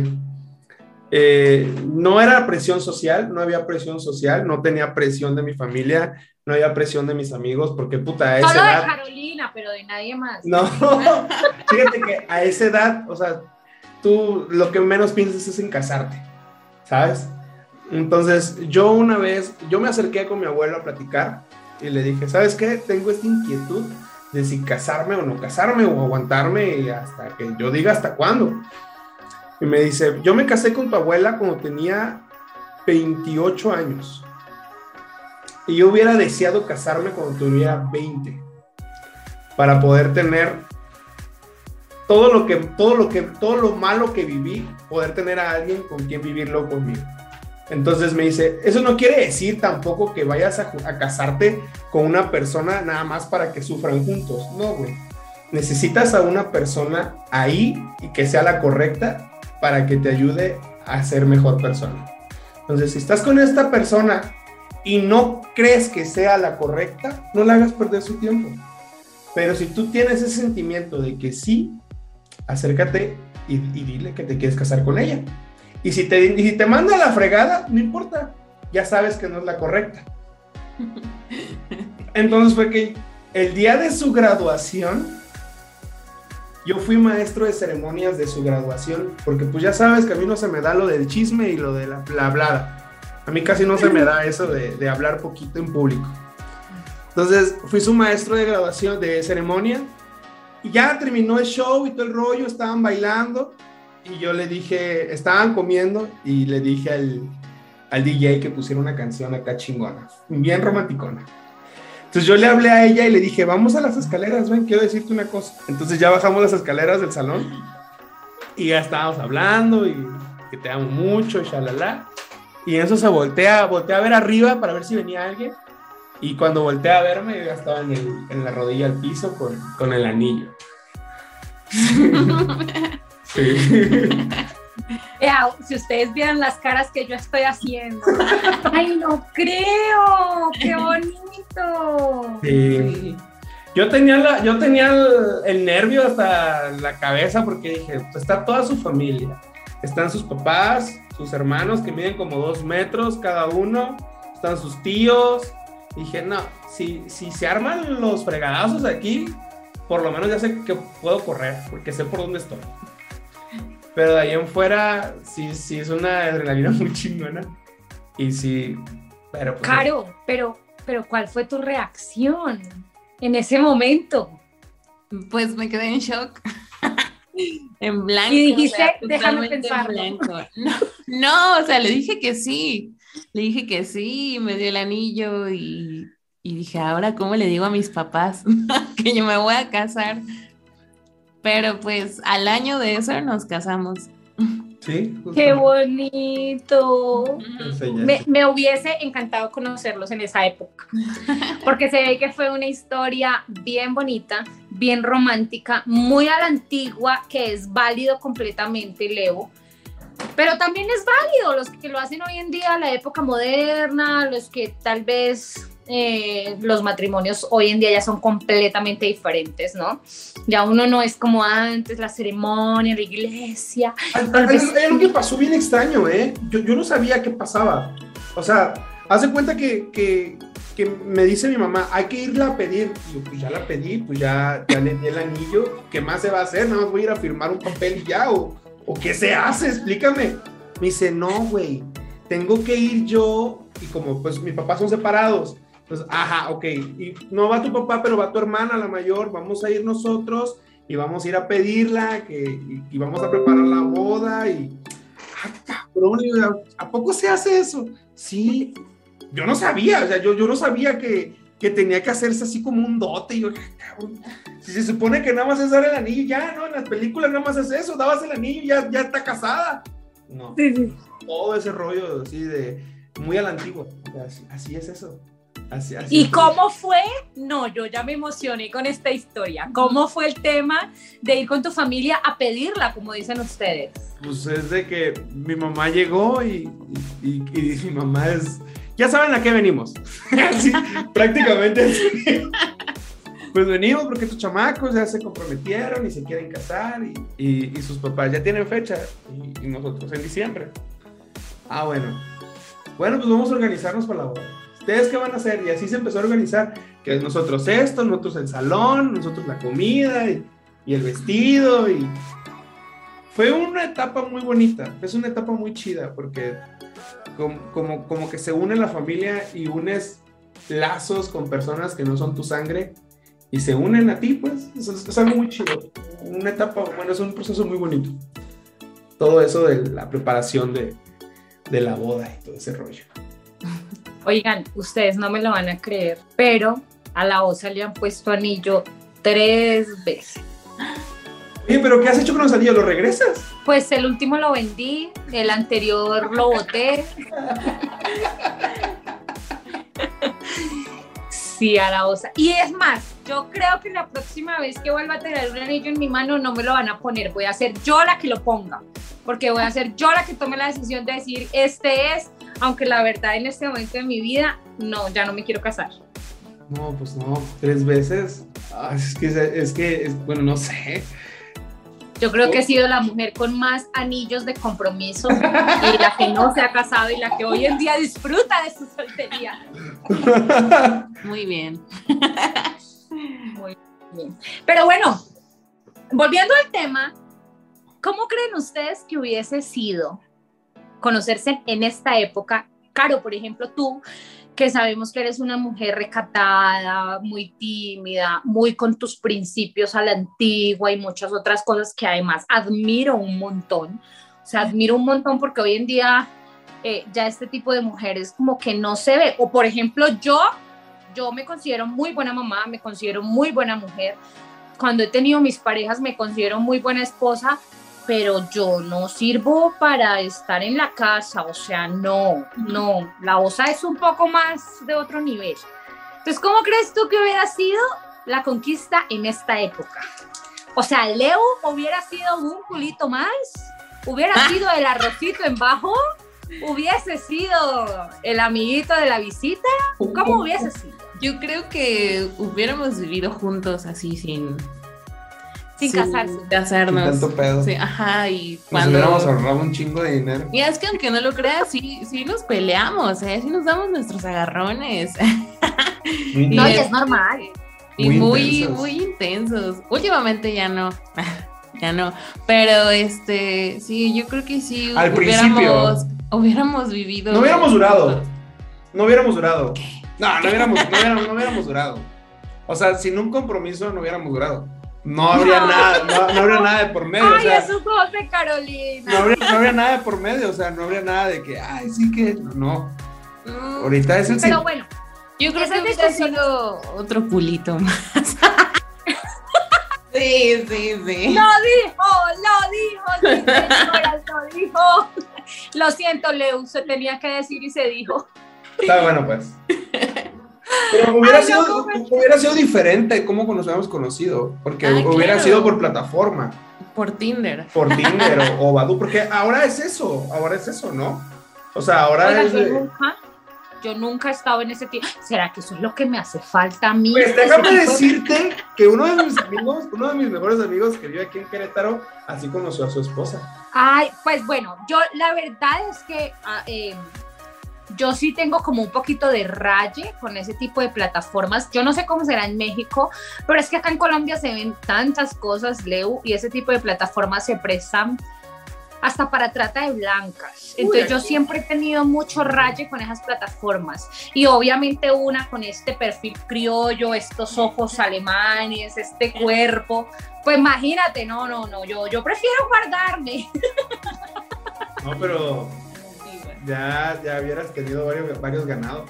eh, no era presión social, no había presión social, no tenía presión de mi familia, no había presión de mis amigos, porque puta, a esa Solo edad... de Carolina, pero de nadie más. No, fíjate que a esa edad, o sea, tú lo que menos piensas es en casarte, ¿sabes? Entonces, yo una vez, yo me acerqué con mi abuelo a platicar y le dije, ¿sabes qué? Tengo esta inquietud de si casarme o no casarme o aguantarme y hasta que yo diga hasta cuándo. Y me dice, yo me casé con tu abuela cuando tenía veintiocho años y yo hubiera deseado casarme cuando tuviera veinte para poder tener todo lo que, todo lo que, todo lo malo que viví, poder tener a alguien con quien vivirlo conmigo. Entonces me dice, eso no quiere decir tampoco que vayas a, a casarte con una persona nada más para que sufran juntos. No, güey. Necesitas a una persona ahí y que sea la correcta para que te ayude a ser mejor persona. Entonces, si estás con esta persona y no crees que sea la correcta, no la hagas perder su tiempo. Pero si tú tienes ese sentimiento de que sí, acércate y, y dile que te quieres casar con ella. Y si, te, y si te manda a la fregada, no importa, ya sabes que no es la correcta. Entonces fue que el día de su graduación, yo fui maestro de ceremonias de su graduación, porque pues ya sabes que a mí no se me da lo del chisme y lo de la, la hablada. A mí casi no se me da eso de, de hablar poquito en público. Entonces fui su maestro de graduación, de ceremonia, y ya terminó el show y todo el rollo, estaban bailando, y yo le dije, estaban comiendo, y le dije al, al D J que pusiera una canción acá chingona, bien romanticona. Entonces yo le hablé a ella y le dije, vamos a las escaleras, ven, quiero decirte una cosa. Entonces ya bajamos las escaleras del salón, y ya estábamos hablando, y que te amo mucho, y shalala. Y en eso se voltea, voltea a ver arriba para ver si venía alguien. Y cuando voltea a verme, yo ya estaba en, el, en la rodilla al piso con, con el anillo. Sí. Ea, si ustedes vieran las caras que yo estoy haciendo. ¡Ay, no creo! ¡Qué bonito! Sí. Sí. Yo tenía, la, yo tenía el, el nervio hasta la cabeza porque dije, pues está toda su familia. Están sus papás, sus hermanos que miden como dos metros cada uno. Están sus tíos. Dije, no, si, si se arman los fregadazos aquí, por lo menos ya sé que puedo correr, porque sé por dónde estoy. Pero de ahí en fuera, sí, sí es una adrenalina muy chingona. Y sí, pero... Pues, Caro, pero, pero ¿cuál fue tu reacción en ese momento? Pues me quedé en shock. En blanco. Y dijiste, o sea, déjame pensarlo. No, no, o sea, le dije que sí. Le dije que sí, me dio el anillo y, y dije, ahora cómo le digo a mis papás que yo me voy a casar. Pero pues al año de eso nos casamos. Sí. ¡Qué bonito! Me, me hubiese encantado conocerlos en esa época, porque se ve que fue una historia bien bonita, bien romántica, muy a la antigua, que es válido completamente, Leo. Pero también es válido los que lo hacen hoy en día, la época moderna, los que tal vez eh, los matrimonios hoy en día ya son completamente diferentes, ¿no? Ya uno no es como antes, la ceremonia, la iglesia. Es algo que pasó bien extraño, ¿eh? Yo, yo no sabía qué pasaba. O sea, haz de cuenta que, que, que me dice mi mamá, hay que irla a pedir. Y yo, pues ya la pedí, pues ya, ya le di el anillo. ¿Qué más se va a hacer? Nada más voy a ir a firmar un papel y ya, o... ¿O qué se hace? Explícame. Me dice, no, güey, tengo que ir yo, y como pues mis papás son separados, pues, ajá, ok, y no va tu papá, pero va tu hermana, la mayor, vamos a ir nosotros, y vamos a ir a pedirla, que, y, y vamos a preparar la boda, y, ah, cabrón, ¿a, ¿a poco se hace eso? Sí, yo no sabía, o sea, yo, yo no sabía que, que tenía que hacerse así como un dote, y yo, cabrón, si se supone que nada más es dar el anillo, ya, ¿no? En las películas nada más es eso, dabas el anillo y ya, ya está casada. No, sí, sí. Todo ese rollo así de, muy a la antigua, así, así es eso. Así, así ¿Y es. cómo fue? No, yo ya me emocioné con esta historia. ¿Cómo fue el tema de ir con tu familia a pedirla, como dicen ustedes? Pues es de que mi mamá llegó y, y, y, y mi mamá es... Ya saben a qué venimos. Así, prácticamente así. Pues venimos porque tus chamacos ya se comprometieron y se quieren casar y, y, y sus papás ya tienen fecha y, y nosotros en diciembre. Ah, bueno. Bueno, pues vamos a organizarnos para la boda. ¿Ustedes qué van a hacer? Y así se empezó a organizar, que nosotros esto, nosotros el salón, nosotros la comida y, y el vestido. Y fue una etapa muy bonita, es una etapa muy chida porque como, como, como que se une la familia y unes lazos con personas que no son tu sangre y se unen a ti, pues, es, es algo muy chido. Una etapa, bueno, es un proceso muy bonito. Todo eso de la preparación de, de la boda y todo ese rollo. Oigan, ustedes no me lo van a creer, pero a la osa le han puesto anillo tres veces. Oye, ¿pero qué has hecho con los anillos? ¿Los regresas? Pues el último lo vendí, el anterior lo boté. Sí, a la osa. Y es más, yo creo que la próxima vez que vuelva a tener un anillo en mi mano no me lo van a poner, voy a ser yo la que lo ponga, porque voy a ser yo la que tome la decisión de decir, este es, aunque la verdad en este momento de mi vida, no, ya no me quiero casar. No, pues no, tres veces. Ah, es que, es que, es, bueno, no sé. Yo creo que he sido la mujer con más anillos de compromiso y la que no se ha casado y la que hoy en día disfruta de su soltería. Muy bien. Muy bien. Pero bueno, volviendo al tema, ¿cómo creen ustedes que hubiese sido conocerse en esta época? Caro, por ejemplo, tú, que sabemos que eres una mujer recatada, muy tímida, muy con tus principios a la antigua y muchas otras cosas que además admiro un montón. O sea, admiro un montón porque hoy en día eh, ya este tipo de mujeres como que no se ve. O por ejemplo, yo, yo me considero muy buena mamá, me considero muy buena mujer. Cuando he tenido mis parejas me considero muy buena esposa, pero yo no sirvo para estar en la casa, o sea, no, no, la osa es un poco más de otro nivel. Entonces, ¿cómo crees tú que hubiera sido la conquista en esta época? O sea, Leo hubiera sido un culito más, hubiera sido el arrocito en bajo, hubiese sido el amiguito de la visita, ¿cómo hubiese sido? Yo creo que hubiéramos vivido juntos así sin... Sin casarse. Sin casarnos. Sin tanto pedo. Sí, ajá, y Nos cuando... hubiéramos ahorrado un chingo de dinero. Y es que aunque no lo creas, sí, sí nos peleamos, ¿eh? Sí nos damos nuestros agarrones. Muy No, y bien. es normal. Y Muy muy, intensos. muy intensos. Últimamente ya no. Ya no. Pero este, sí, yo creo que sí Al hubiéramos, hubiéramos vivido. No hubiéramos durado. juntos. No hubiéramos durado. No, no hubiéramos, no hubiéramos, no hubiéramos durado. O sea, sin un compromiso no hubiéramos durado. No habría No. nada, no, no habría nada de por medio. Ay, o sea, esos ojos de Carolina. no habría, no habría nada de por medio. O sea, no habría nada de que, ay, sí que. No. Mm, Ahorita es el Pero sin- bueno, Yo creo Esas que hubiera discusiones- sido otro culito más. Sí, sí, sí. lo dijo, lo dijo, sí, señoras, lo dijo. Lo siento, Leo, se tenía que decir y se dijo. Está bueno, pues. Pero hubiera, Ay, no, sido, ¿cómo? hubiera sido diferente cómo nos hubiéramos conocido. Porque Ah, hubiera claro. sido por plataforma, Por Tinder. por Tinder o, o Badoo. Porque ahora es eso, ahora es eso, ¿no? O sea, ahora Oiga, es. yo de- nunca, yo nunca he estado en ese tipo. ¿Será que eso es lo que me hace falta a mí? Pues Ese déjame tipo de- decirte que uno de mis amigos, uno de mis mejores amigos que vive aquí en Querétaro, así conoció a su esposa. Ay, pues bueno, yo la verdad es que ah, eh, yo sí tengo como un poquito de raye con ese tipo de plataformas. Yo no sé cómo será en México, pero es que acá en Colombia se ven tantas cosas, Leo, y ese tipo de plataformas se prestan hasta para trata de blancas. Entonces Uy, yo aquí- siempre he tenido mucho raye con esas plataformas. Y obviamente una con este perfil criollo, estos ojos alemanes, este cuerpo. Pues imagínate, no, no, no, yo, yo prefiero guardarme. No, pero ya, ya hubieras tenido varios, varios ganados.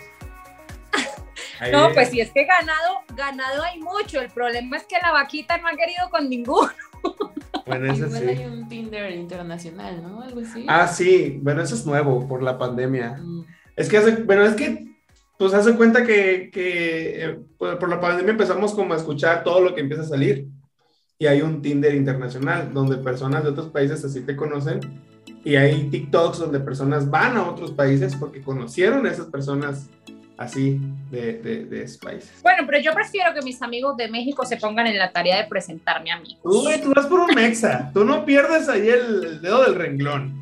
Ahí- No, pues si es que ganado, ganado hay mucho. El problema es que la vaquita no ha querido con ninguno. Bueno, eso Igual sí. hay un Tinder internacional, ¿no? Algo así. Ah, sí, bueno, eso es nuevo por la pandemia. Mm. Es que hace, bueno, es que, pues hace cuenta que, que eh, por, por la pandemia empezamos como a escuchar todo lo que empieza a salir. Y hay un Tinder internacional donde personas de otros países así te conocen. Y hay TikToks donde personas van a otros países porque conocieron a esas personas así de, de, de esos países. Bueno, pero yo prefiero que mis amigos de México se pongan en la tarea de presentarme a mí. Uy, tú vas por un mexa. Tú no pierdes ahí el, el dedo del renglón.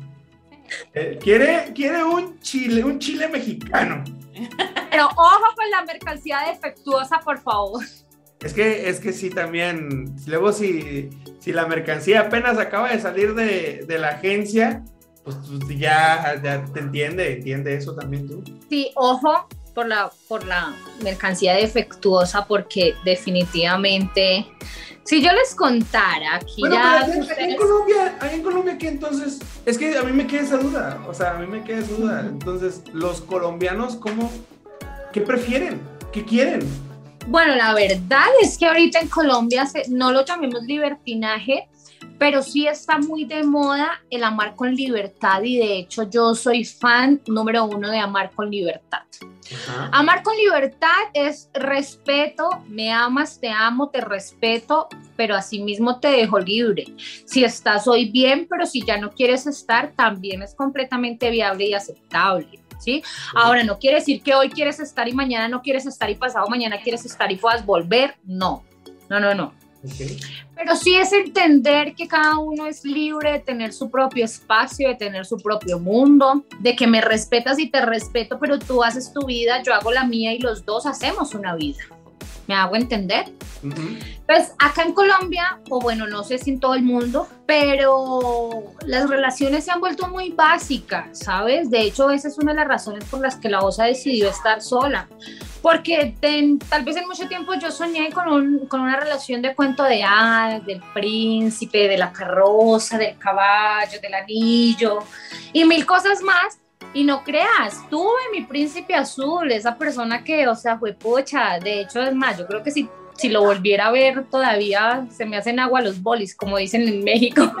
Eh, quiere, quiere un chile, un chile mexicano. Pero ojo con la mercancía defectuosa, por favor. Es que, es que sí, también. Luego, si, si la mercancía apenas acaba de salir de, de la agencia, pues tú ya, ya te entiende, entiende eso también tú. Sí, ojo por la, por la mercancía defectuosa, porque definitivamente, si yo les contara aquí Bueno, ya... pero allá, allá en ustedes- Colombia, allá en Colombia, ¿qué entonces? Es que a mí me queda esa duda, o sea, a mí me queda esa duda. Entonces, los colombianos, ¿cómo? ¿Qué prefieren? ¿Qué quieren? Bueno, la verdad es que ahorita en Colombia se- no lo llamemos libertinaje, pero sí está muy de moda el amar con libertad, y de hecho yo soy fan número uno de amar con libertad. Ajá. Amar con libertad es respeto, me amas, te amo, te respeto, pero asimismo te dejo libre. Si estás hoy bien, pero si ya no quieres estar, también es completamente viable y aceptable, ¿sí? Ahora, no quiere decir que hoy quieres estar y mañana no quieres estar y pasado mañana quieres estar y puedas volver, no, no, no, no. Okay. Pero sí es entender que cada uno es libre de tener su propio espacio, de tener su propio mundo, de que me respetas y te respeto, pero tú haces tu vida, yo hago la mía y los dos hacemos una vida. ¿Me hago entender? Uh-huh. Pues acá en Colombia, o bueno, no sé si en todo el mundo, pero las relaciones se han vuelto muy básicas, ¿sabes? De hecho, esa es una de las razones por las que la Osa decidió estar sola. Porque ten, tal vez en mucho tiempo yo soñé con, un, con una relación de cuento de hadas, del príncipe, de la carroza, del caballo, del anillo y mil cosas más. Y no creas, tuve mi príncipe azul, esa persona que, o sea, fue pocha. De hecho, es más, yo creo que si, si lo volviera a ver todavía se me hacen agua los bolis, como dicen en México.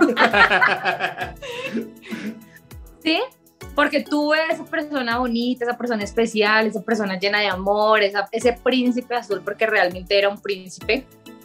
¿Sí? Porque tuve esa persona bonita, esa persona especial, esa persona llena de amor, esa, ese príncipe azul, porque realmente era un príncipe.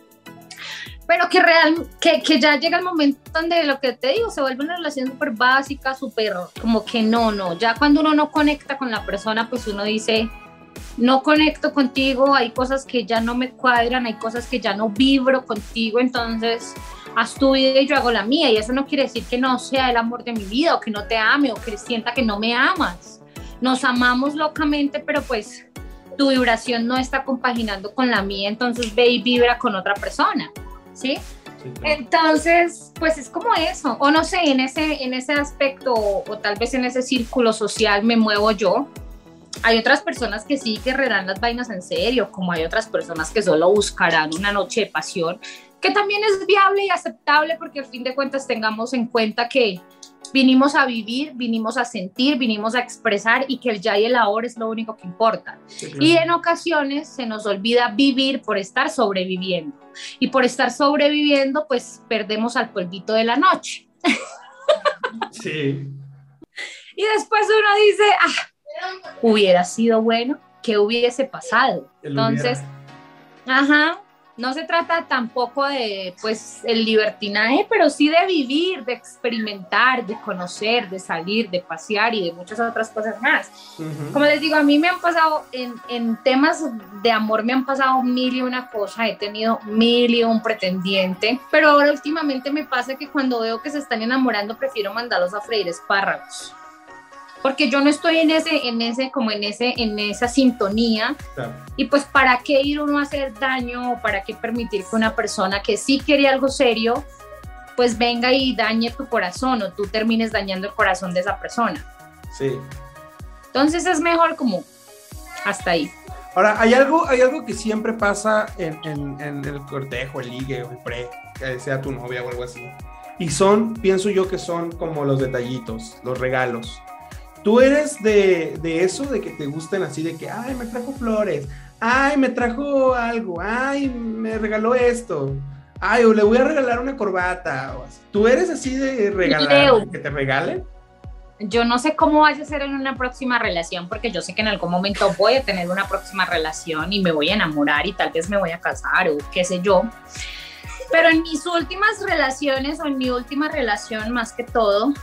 Pero que, real, que, que ya llega el momento donde lo que te digo, se vuelve una relación súper básica, súper como que no, no. Ya cuando uno no conecta con la persona, pues uno dice, no conecto contigo, hay cosas que ya no me cuadran, hay cosas que ya no vibro contigo, entonces haz tu vida y yo hago la mía. Y eso no quiere decir que no sea el amor de mi vida, o que no te ame, o que sienta que no me amas. Nos amamos locamente, pero pues tu vibración no está compaginando con la mía, entonces ve y vibra con otra persona. ¿Sí? Sí, claro. Entonces, pues es como eso, o no sé, en ese, en ese aspecto, o, o tal vez en ese círculo social me muevo yo. Hay otras personas que sí querrán las vainas en serio, como hay otras personas que solo buscarán una noche de pasión, que también es viable y aceptable, porque al fin de cuentas tengamos en cuenta que vinimos a vivir, vinimos a sentir, vinimos a expresar, y que el ya y el ahora es lo único que importa. Sí, claro. Y en ocasiones se nos olvida vivir por estar sobreviviendo. Y por estar sobreviviendo, pues perdemos al polvito de la noche. Sí. Y después uno dice, ah, hubiera sido bueno, ¿qué hubiese pasado? El Entonces, hubiera. Ajá. No se trata tampoco de, pues, el libertinaje, pero sí de vivir, de experimentar, de conocer, de salir, de pasear y de muchas otras cosas más. Uh-huh. Como les digo, a mí me han pasado, en, en temas de amor me han pasado mil y una cosas, he tenido mil y un pretendiente, pero ahora últimamente me pasa que cuando veo que se están enamorando prefiero mandarlos a freír espárragos. Porque yo no estoy en ese, en ese, como en ese, en esa sintonía. Claro. Y pues, ¿para qué ir uno a hacer daño? ¿O para qué permitir que una persona que sí quiere algo serio, pues venga y dañe tu corazón, o tú termines dañando el corazón de esa persona? Sí. Entonces es mejor como hasta ahí. Ahora, hay algo, hay algo que siempre pasa en, en, en el cortejo, el ligue o el pre, que sea tu novia o algo así. Y son, pienso yo que son como los detallitos, los regalos. ¿Tú eres de, de eso, de que te gusten así, de que, ay, me trajo flores, ay, me trajo algo, ay, me regaló esto, ay, o le voy a regalar una corbata, o así? ¿Tú eres así de regalar, Leo, que te regalen? Yo no sé cómo vaya a ser en una próxima relación, porque yo sé que en algún momento voy a tener una próxima relación y me voy a enamorar y tal vez me voy a casar o qué sé yo. Pero en mis últimas relaciones, o en mi última relación más que todo,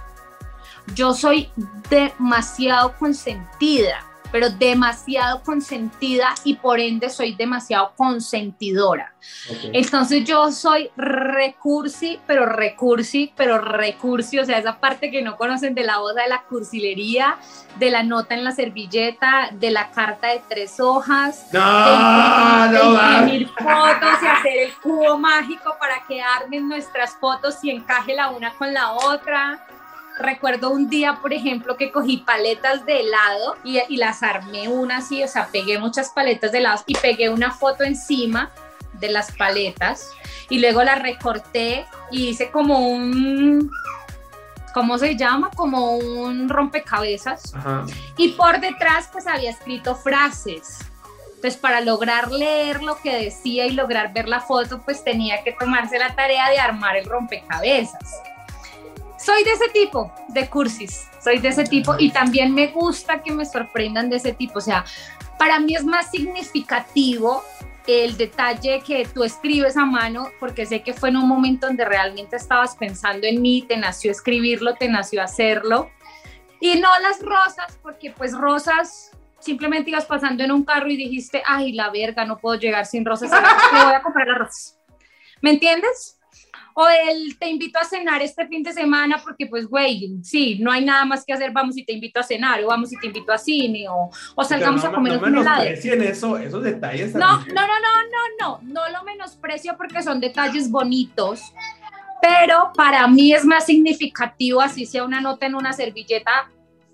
yo soy demasiado consentida, pero demasiado consentida, y por ende soy demasiado consentidora. Okay. Entonces yo soy recursi, pero recursi, pero recursi, o sea, esa parte que no conocen de la boda, de la cursilería, de la nota en la servilleta, de la carta de tres hojas, no, de, no, de imprimir fotos y hacer el cubo mágico para que armen nuestras fotos y encaje la una con la otra. Recuerdo un día, por ejemplo, que cogí paletas de helado y, y las armé una así, o sea, pegué muchas paletas de helado y pegué una foto encima de las paletas, y luego las recorté y hice como un, ¿cómo se llama? Como un rompecabezas. Ajá. Y por detrás pues había escrito frases. Entonces, para lograr leer lo que decía y lograr ver la foto, pues tenía que tomarse la tarea de armar el rompecabezas. Soy de ese tipo de cursis, soy de ese tipo, y también me gusta que me sorprendan de ese tipo. O sea, para mí es más significativo el detalle que tú escribes a mano, porque sé que fue en un momento donde realmente estabas pensando en mí, te nació escribirlo, te nació hacerlo, y no las rosas, porque pues rosas, simplemente ibas pasando en un carro y dijiste, ay, la verga, no puedo llegar sin rosas, me voy a comprar las rosas. ¿Me entiendes? O el te invito a cenar este fin de semana porque pues güey, sí, no hay nada más que hacer, vamos y te invito a cenar, o vamos y te invito a cine, o, o salgamos no, a comer no un helado. menosprecien eso, esos detalles. No, no, no, no, no, no, no lo menosprecio porque son detalles bonitos, pero para mí es más significativo, así sea una nota en una servilleta,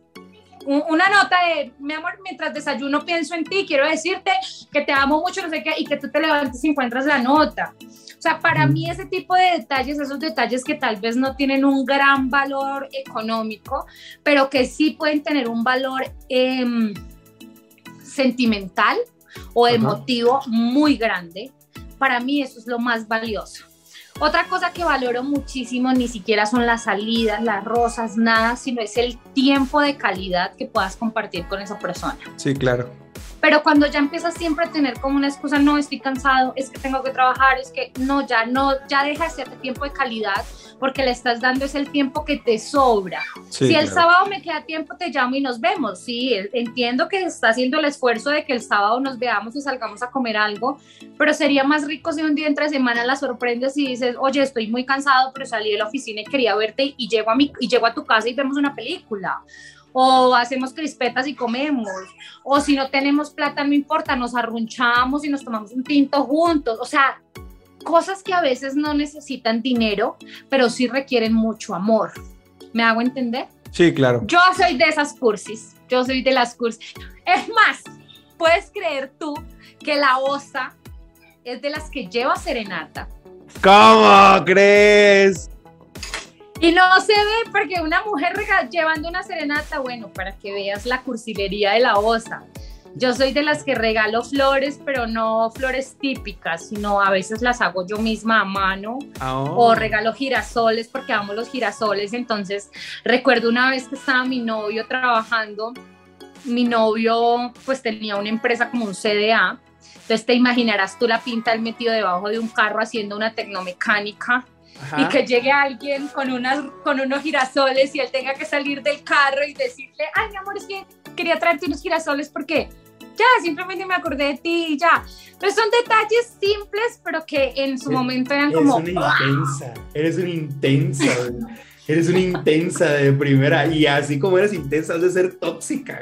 una nota de, mi amor, mientras desayuno pienso en ti, quiero decirte que te amo mucho, no sé qué, y que tú te levantes y encuentras la nota. O sea, para mm. mí ese tipo de detalles, esos detalles que tal vez no tienen un gran valor económico, pero que sí pueden tener un valor eh, sentimental o emotivo uh-huh. muy grande, para mí eso es lo más valioso. Otra cosa que valoro muchísimo ni siquiera son las salidas, las rosas, nada, sino es el tiempo de calidad que puedas compartir con esa persona. Sí, claro. Pero cuando ya empiezas siempre a tener como una excusa, no, estoy cansado, es que tengo que trabajar, es que no, ya no, ya deja de ser tiempo de calidad, porque le estás dando es el tiempo que te sobra. Sí, si el claro. sábado me queda tiempo, te llamo y nos vemos. Sí, entiendo que está haciendo el esfuerzo de que el sábado nos veamos y salgamos a comer algo, pero sería más rico si un día entre semana la sorprendes y dices, oye, estoy muy cansado, pero salí de la oficina y quería verte y llego a, mi, y llego a tu casa y vemos una película. O hacemos crispetas y comemos, o si no tenemos plata, no importa, nos arrunchamos y nos tomamos un tinto juntos. O sea, cosas que a veces no necesitan dinero, pero sí requieren mucho amor. ¿Me hago entender? Sí, claro. Yo soy de esas cursis, yo soy de las cursis. Es más, ¿puedes creer tú que la osa es de las que lleva serenata? ¿Cómo crees? Y no se ve porque una mujer rega- llevando una serenata, bueno, para que veas la cursilería de la osa. Yo soy de las que regalo flores, pero no flores típicas, sino a veces las hago yo misma a mano. Oh. O regalo girasoles porque amo los girasoles. Entonces, recuerdo una vez que estaba mi novio trabajando, mi novio pues tenía una empresa como un C D A. Entonces te imaginarás tú la pinta él metido debajo de un carro haciendo una tecnomecánica. Ajá. Y que llegue alguien con, unas, con unos girasoles y él tenga que salir del carro y decirle, ay, mi amor, es que quería traerte unos girasoles porque ya, simplemente me acordé de ti y ya. Entonces son detalles simples, pero que en su es, momento eran eres como... Una intensa, eres una intensa, eres una intensa de primera, y así como eres intensa, has de ser tóxica.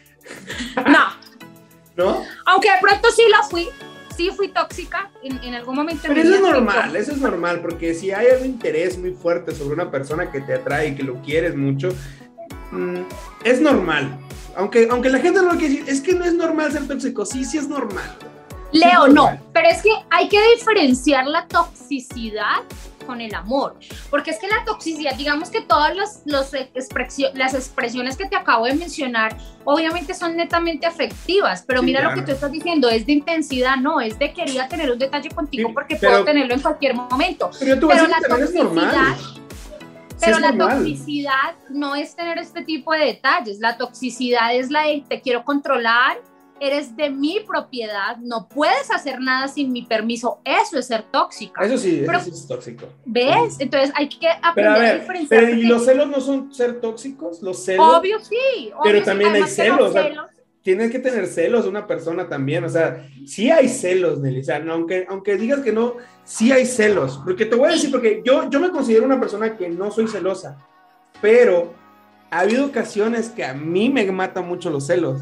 No. ¿No? Aunque de pronto sí lo fui. Sí fui tóxica en, en algún momento. Pero eso es normal, eso es normal, porque si hay un interés muy fuerte sobre una persona que te atrae y que lo quieres mucho, mmm, es normal. Aunque, aunque la gente no lo quiere decir, es que no es normal ser tóxico. Sí, sí es normal. Leo, sí, no, pero es que hay que diferenciar la toxicidad con el amor, porque es que la toxicidad, digamos que todas los, los expresio, las expresiones que te acabo de mencionar, obviamente son netamente afectivas, pero sí, mira claro. Lo que tú estás diciendo, es de intensidad, no, es de quería tener un detalle contigo sí, porque pero, puedo tenerlo en cualquier momento, pero, tú pero la toxicidad, pero sí la normal. Toxicidad no es tener este tipo de detalles, la toxicidad es la de te quiero controlar, eres de mi propiedad, no puedes hacer nada sin mi permiso, eso es ser tóxica. Eso sí, pero, eso sí es tóxico. ¿Ves? Sí. Entonces hay que aprender pero a, ver, a diferenciar. Pero ¿y los celos no son ser tóxicos? ¿Los celos? Obvio sí. Obvio pero sí, también hay celos. O sea, celos. Tienes que tener celos de una persona también, o sea, sí hay celos, Nelly, o sea, no, aunque, aunque digas que no, sí hay celos, porque te voy a decir, porque yo, yo me considero una persona que no soy celosa, pero ha habido ocasiones que a mí me matan mucho los celos,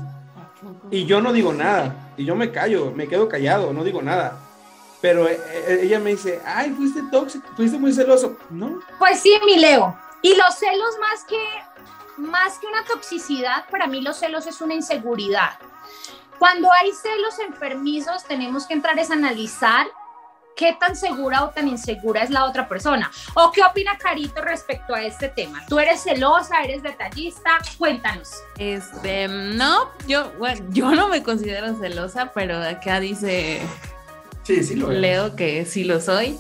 y yo no digo nada, y yo me callo, me quedo callado, no digo nada, pero ella me dice, ay, fuiste tóxico, fuiste muy celoso, ¿no? Pues sí, mi Leo, y los celos más que... Más que una toxicidad, para mí los celos es una inseguridad. Cuando hay celos enfermizos, tenemos que entrar a analizar qué tan segura o tan insegura es la otra persona. ¿O qué opina Carito respecto a este tema? ¿Tú eres celosa, eres detallista? Cuéntanos. Este, no, yo, bueno, yo no me considero celosa, pero acá dice sí, sí lo es. Leo que sí lo soy.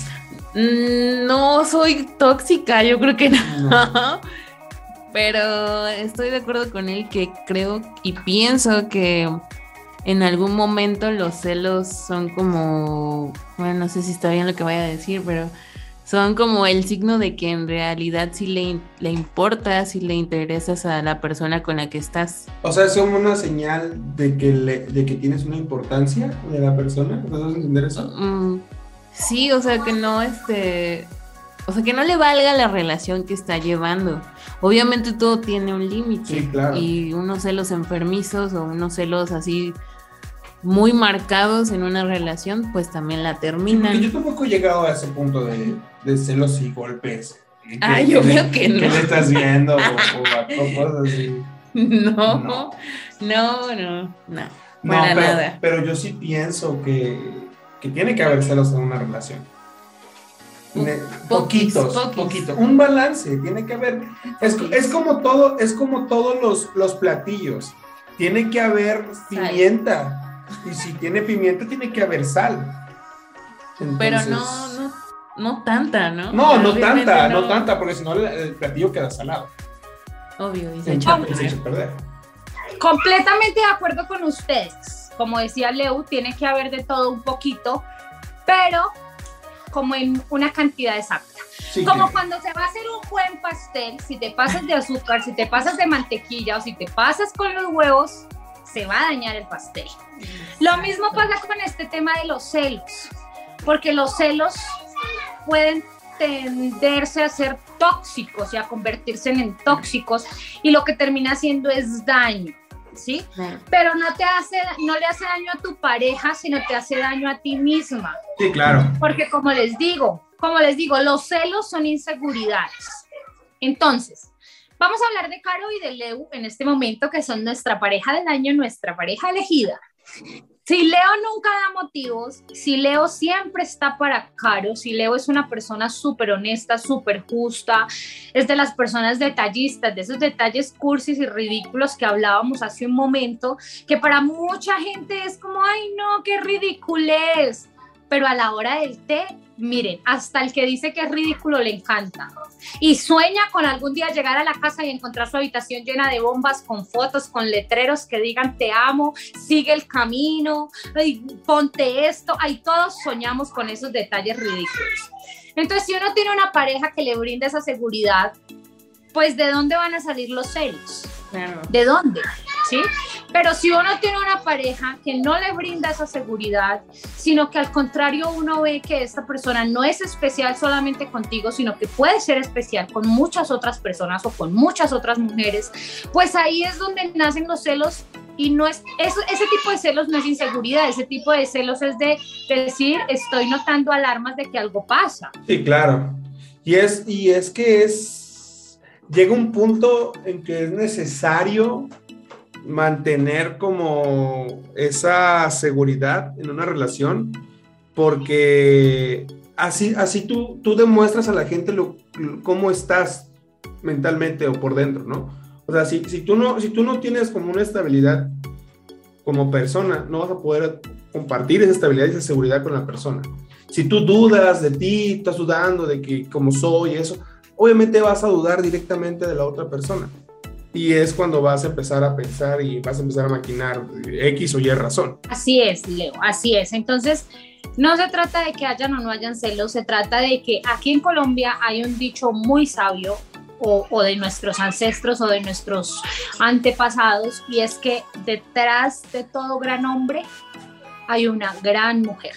No soy tóxica, yo creo que no. no. Pero estoy de acuerdo con él que creo y pienso que en algún momento los celos son como, bueno, no sé si está bien lo que vaya a decir, pero son como el signo de que en realidad sí le, le importas, sí le interesas a la persona con la que estás. O sea, es como una señal de que, le, de que tienes una importancia de la persona, ¿puedes entender eso? Mm, sí, o sea que no, este... o sea, que no le valga la relación que está llevando. Obviamente todo tiene un límite. Sí, claro. Y unos celos enfermizos o unos celos así muy marcados en una relación, pues también la terminan. Sí, yo tampoco he llegado a ese punto de, de celos y golpes. Ah, yo creo que no. ¿Qué le estás viendo? o, o, o cosas así. No, no, no, no, no, para pero, nada. Pero yo sí pienso que, que tiene que haber celos en una relación. Ne, Poquis, poquitos, poquis. poquito. Un balance, tiene que haber. Es, es como todo, es como todos los, los platillos. Tiene que haber pimienta. Y si tiene pimienta, tiene que haber sal. Entonces, pero no, no, no tanta, ¿no? No, no Realmente tanta, no. no tanta, porque si no el, el platillo queda salado. Obvio, y se Se echa a echa, se echa a perder. perder. Completamente de acuerdo con ustedes. Como decía Leo, tiene que haber de todo un poquito, pero como en una cantidad exacta. Sí, como que... cuando se va a hacer un buen pastel, si te pasas de azúcar, si te pasas de mantequilla o si te pasas con los huevos, se va a dañar el pastel. Lo mismo pasa con este tema de los celos, porque los celos pueden tenderse a ser tóxicos y a convertirse en tóxicos, y lo que termina haciendo es daño, ¿sí? Claro. Pero no te hace, no le hace daño a tu pareja, sino te hace daño a ti misma. Sí, claro. Porque como les digo, como les digo, los celos son inseguridades. Entonces, vamos a hablar de Caro y de Leo en este momento, que son nuestra pareja del año, nuestra pareja elegida. Si Leo nunca da motivos, si Leo siempre está para Caro, si Leo es una persona súper honesta, súper justa, es de las personas detallistas, de esos detalles cursis y ridículos que hablábamos hace un momento, que para mucha gente es como, ay no, qué ridiculez, pero a la hora del té, miren, hasta el que dice que es ridículo le encanta. Y sueña con algún día llegar a la casa y encontrar su habitación llena de bombas, con fotos, con letreros que digan te amo, sigue el camino, ay, ponte esto. Ahí todos soñamos con esos detalles ridículos. Entonces, si uno tiene una pareja que le brinda esa seguridad, pues ¿de dónde van a salir los celos? Claro. ¿De dónde? ¿Sí? Pero si uno tiene una pareja que no le brinda esa seguridad, sino que al contrario uno ve que esta persona no es especial solamente contigo, sino que puede ser especial con muchas otras personas o con muchas otras mujeres, pues ahí es donde nacen los celos. Y no es, eso, ese tipo de celos no es inseguridad, ese tipo de celos es de decir, estoy notando alarmas de que algo pasa. Sí, claro. Y es, y es que es, llega un punto en que es necesario mantener como esa seguridad en una relación, porque así, así tú, tú demuestras a la gente lo, cómo estás mentalmente o por dentro, ¿no? O sea, si, si, tú no, si tú no tienes como una estabilidad como persona, no vas a poder compartir esa estabilidad y esa seguridad con la persona. Si tú dudas de ti, estás dudando de que como soy, eso, obviamente vas a dudar directamente de la otra persona. Y es cuando vas a empezar a pensar y vas a empezar a maquinar X o Y razón. Así es, Leo, así es. Entonces, no se trata de que hayan o no hayan celos, se trata de que aquí en Colombia hay un dicho muy sabio, o, o de nuestros ancestros o de nuestros antepasados, y es que detrás de todo gran hombre hay una gran mujer.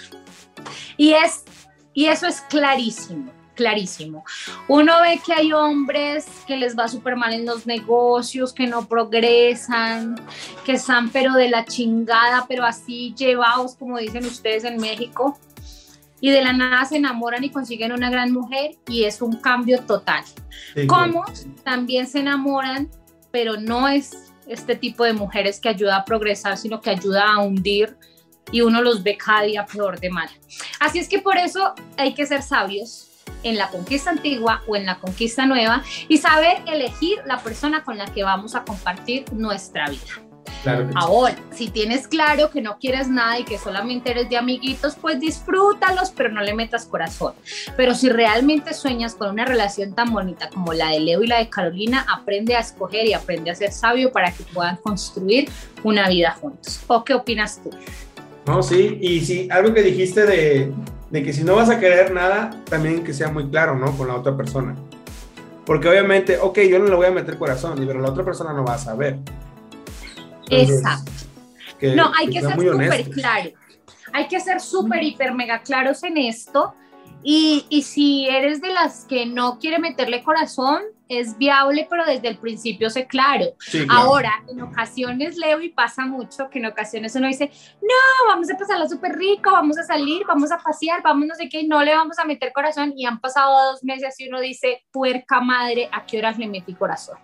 Y, es, y eso es clarísimo. Clarísimo. Uno ve que hay hombres que les va súper mal en los negocios, que no progresan, que están pero de la chingada, pero así llevados, como dicen ustedes en México, y de la nada se enamoran y consiguen una gran mujer y es un cambio total. Sí, como claro. También se enamoran, pero no es este tipo de mujeres que ayuda a progresar, sino que ayuda a hundir, y uno los ve cada día peor de mal. Así es que por eso hay que ser sabios en la conquista antigua o en la conquista nueva y saber elegir la persona con la que vamos a compartir nuestra vida. Claro que Ahora, sí. Si tienes claro que no quieres nada y que solamente eres de amiguitos, pues disfrútalos, pero no le metas corazón. Pero si realmente sueñas con una relación tan bonita como la de Leo y la de Carolina, aprende a escoger y aprende a ser sabio para que puedan construir una vida juntos. ¿O qué opinas tú? No, sí, y sí, algo que dijiste de, de que si no vas a querer nada, también que sea muy claro, ¿no? Con la otra persona. Porque obviamente, ok, yo no le voy a meter corazón, pero la otra persona no va a saber. Entonces, exacto. Que, no, hay que que sea ser súper claro. Hay que ser súper, hiper, mega claros en esto. Y, y si eres de las que no quiere meterle corazón, es viable, pero desde el principio sé claro. Sí, claro. Ahora, en ocasiones, Leo, y pasa mucho, que en ocasiones uno dice, no, vamos a pasarla súper rico, vamos a salir, vamos a pasear, vamos no sé qué, y no le vamos a meter corazón, y han pasado dos meses y uno dice, puerca madre, ¿a qué horas le metí corazón?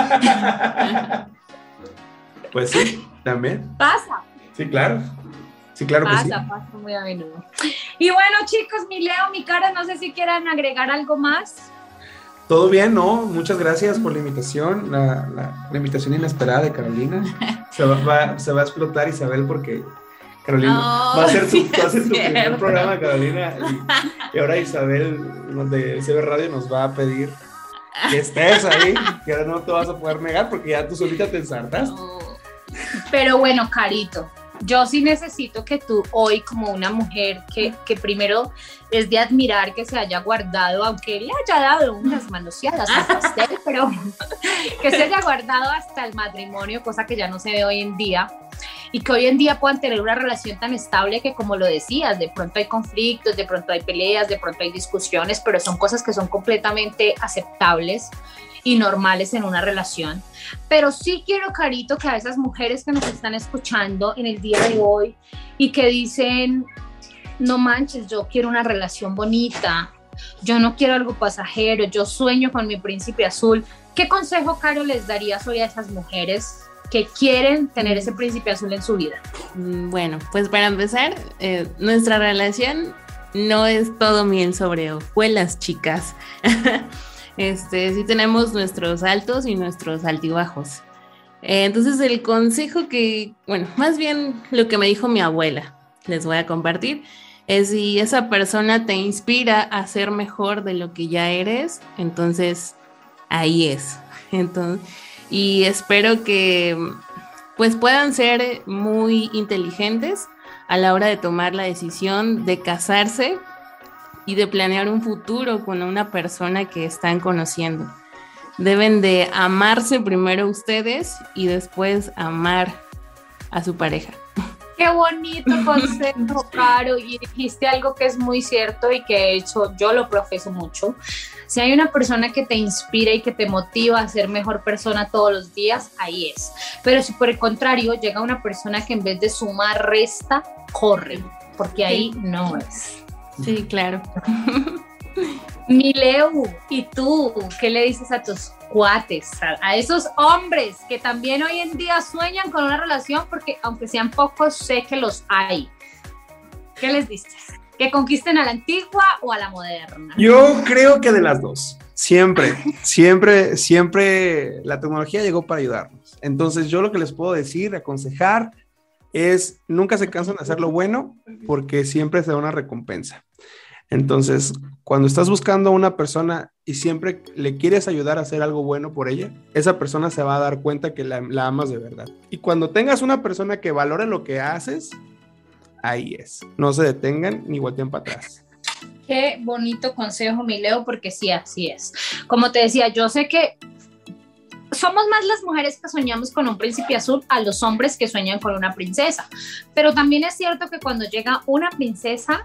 Pues sí, también. Pasa. Sí, claro. Sí, claro pasa, que sí. Pasa muy a menudo. Y bueno, chicos, mi Leo, mi Cara, no sé si quieran agregar algo más. Todo bien, ¿no? Muchas gracias por la invitación, la, la, la invitación inesperada de Carolina. Se va, va, se va a explotar Isabel porque Carolina oh, va a ser tu, sí va a ser tu cierto. primer programa, Carolina. Y, y ahora Isabel de C B Radio nos va a pedir que estés ahí, que ahora no te vas a poder negar porque ya tú solita te ensartaste. Pero bueno, Carito, yo sí necesito que tú hoy, como una mujer que, que primero es de admirar que se haya guardado, aunque le haya dado unas manoseadas al pastel, pero que se haya guardado hasta el matrimonio, cosa que ya no se ve hoy en día, y que hoy en día puedan tener una relación tan estable que, como lo decías, de pronto hay conflictos, de pronto hay peleas, de pronto hay discusiones, pero son cosas que son completamente aceptables y normales en una relación. Pero sí quiero, Carito, que a esas mujeres que nos están escuchando en el día de hoy y que dicen, no manches, yo quiero una relación bonita, yo no quiero algo pasajero, yo sueño con mi príncipe azul, ¿qué consejo, Caro, les darías hoy a esas mujeres que quieren tener ese príncipe azul en su vida? Bueno, pues para empezar, eh, nuestra relación no es todo miel sobre hojuelas, chicas. Este, sí tenemos nuestros altos y nuestros altibajos. Eh, entonces el consejo que, bueno, más bien lo que me dijo mi abuela, les voy a compartir, es si esa persona te inspira a ser mejor de lo que ya eres, entonces ahí es. Entonces, y espero que pues puedan ser muy inteligentes a la hora de tomar la decisión de casarse y de planear un futuro con una persona que están conociendo. Deben de amarse primero ustedes y después amar a su pareja. Qué bonito consejo, Caro, y dijiste algo que es muy cierto y que de hecho yo lo profeso mucho. Si hay una persona que te inspira y que te motiva a ser mejor persona todos los días, ahí es. Pero si por el contrario llega una persona que en vez de sumar, resta, corre, porque ahí sí. No es. Sí, claro. Mi Leo, ¿y tú qué le dices a tus cuates, a, a esos hombres que también hoy en día sueñan con una relación? Porque aunque sean pocos, sé que los hay. ¿Qué les dices? ¿Que conquisten a la antigua o a la moderna? Yo creo que de las dos. Siempre, siempre, siempre la tecnología llegó para ayudarnos. Entonces yo lo que les puedo decir, aconsejar, es nunca se cansan de hacer lo bueno porque siempre se da una recompensa. Entonces, cuando estás buscando a una persona y siempre le quieres ayudar a hacer algo bueno por ella, esa persona se va a dar cuenta que la, la amas de verdad. Y cuando tengas una persona que valore lo que haces, ahí es. No se detengan ni volteen para atrás. Qué bonito consejo, mi Leo, porque sí, así es. Como te decía, yo sé que somos más las mujeres que soñamos con un príncipe azul a los hombres que sueñan con una princesa. Pero también es cierto que cuando llega una princesa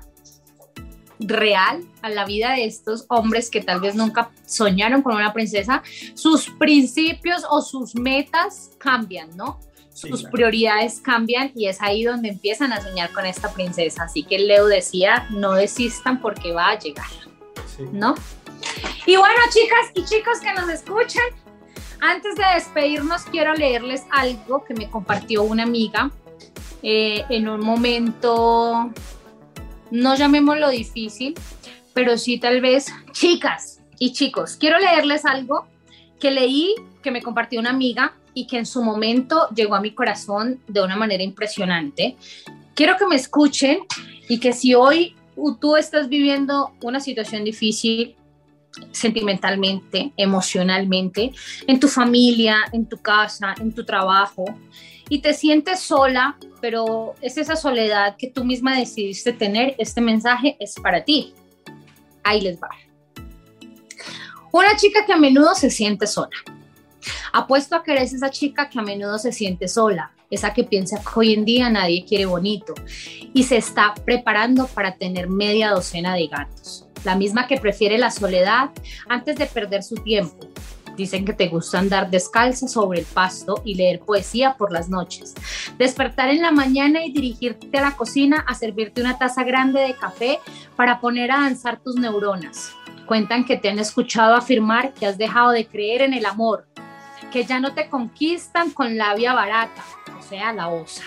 real a la vida de estos hombres que tal vez nunca soñaron con una princesa, sus principios o sus metas cambian, ¿no? Sus sí, claro. prioridades cambian y es ahí donde empiezan a soñar con esta princesa. Así que Leo decía, no desistan porque va a llegar, sí. ¿no? Y bueno, chicas y chicos que nos escuchan, antes de despedirnos quiero leerles algo que me compartió una amiga eh, en un momento, no llamémoslo difícil, pero sí tal vez, chicas y chicos, quiero leerles algo que leí, que me compartió una amiga y que en su momento llegó a mi corazón de una manera impresionante. Quiero que me escuchen y que si hoy tú estás viviendo una situación difícil, sentimentalmente, emocionalmente, en tu familia, en tu casa, en tu trabajo, y te sientes sola, pero es esa soledad que tú misma decidiste tener, este mensaje es para ti. Ahí les va. Una chica que a menudo se siente sola. Apuesto a que eres esa chica que a menudo se siente sola, esa que piensa que hoy en día nadie quiere bonito y se está preparando para tener media docena de gatos. la misma que prefiere la soledad antes de perder su tiempo. Dicen que te gusta andar descalza sobre el pasto y leer poesía por las noches. Despertar en la mañana y dirigirte a la cocina a servirte una taza grande de café para poner a danzar tus neuronas. Cuentan que te han escuchado afirmar que has dejado de creer en el amor, que ya no te conquistan con labia barata, o sea, la osa.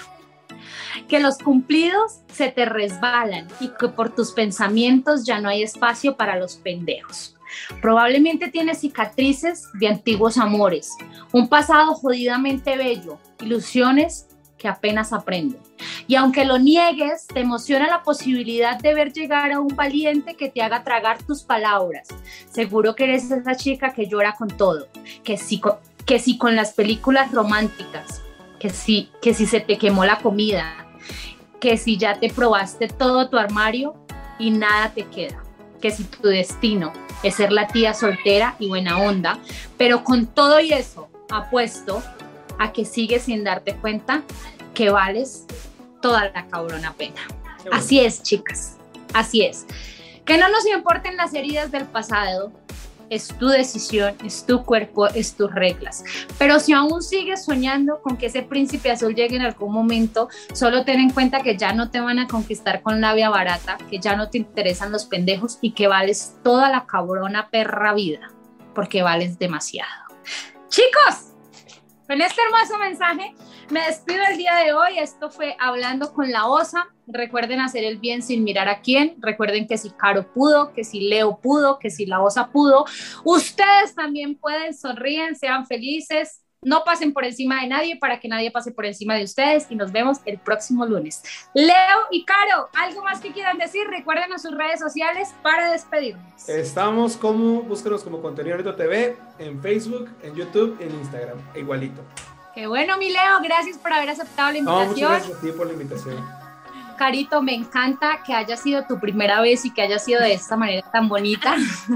Que los cumplidos se te resbalan y que por tus pensamientos ya no hay espacio para los pendejos. Probablemente tienes cicatrices de antiguos amores, un pasado jodidamente bello, ilusiones que apenas aprenden. Y aunque lo niegues, te emociona la posibilidad de ver llegar a un valiente que te haga tragar tus palabras. Seguro que eres esa chica que llora con todo, que sí, que sí con las películas románticas, que sí, que si se te quemó la comida, que si ya te probaste todo tu armario y nada te queda, que si tu destino es ser la tía soltera y buena onda, pero con todo y eso apuesto a que sigues sin darte cuenta que vales toda la cabrona pena. Bueno. Así es, chicas, así es. Que no nos importen las heridas del pasado, es tu decisión, es tu cuerpo, es tus reglas. Pero si aún sigues soñando con que ese príncipe azul llegue en algún momento, solo ten en cuenta que ya no te van a conquistar con labia barata, que ya no te interesan los pendejos y que vales toda la cabrona perra vida, porque vales demasiado. Chicos, con este hermoso mensaje me despido el día de hoy. Esto fue Hablando con la Osa. Recuerden hacer el bien sin mirar a quién. Recuerden que si Caro pudo, que si Leo pudo, que si la Osa pudo, ustedes también pueden. Sonríen, sean felices, no pasen por encima de nadie para que nadie pase por encima de ustedes y nos vemos el próximo lunes. Leo y Caro, ¿algo más que quieran decir? Recuerden sus redes sociales para despedirnos. Estamos como, búsquenos como Contenido Ahorita T V en Facebook, en YouTube, en Instagram, igualito. Qué bueno, mi Leo, gracias por haber aceptado la invitación. No, muchas gracias a ti por la invitación. Carito, me encanta que haya sido tu primera vez y que haya sido de esta manera tan bonita.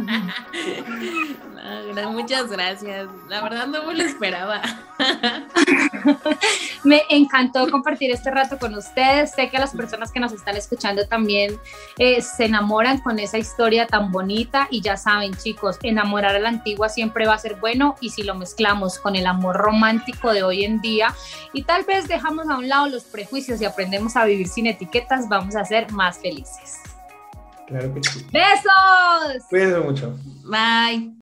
No, muchas gracias. La verdad no me lo esperaba. Me encantó compartir este rato con ustedes. Sé que las personas que nos están escuchando también eh, se enamoran con esa historia tan bonita y ya saben, chicos, enamorar a la antigua siempre va a ser bueno y si lo mezclamos con el amor romántico de hoy en día y tal vez dejamos a un lado los prejuicios y aprendemos a vivir sin etiquetas, vamos a ser más felices. Claro que sí. ¡Besos! Cuídense mucho. Bye.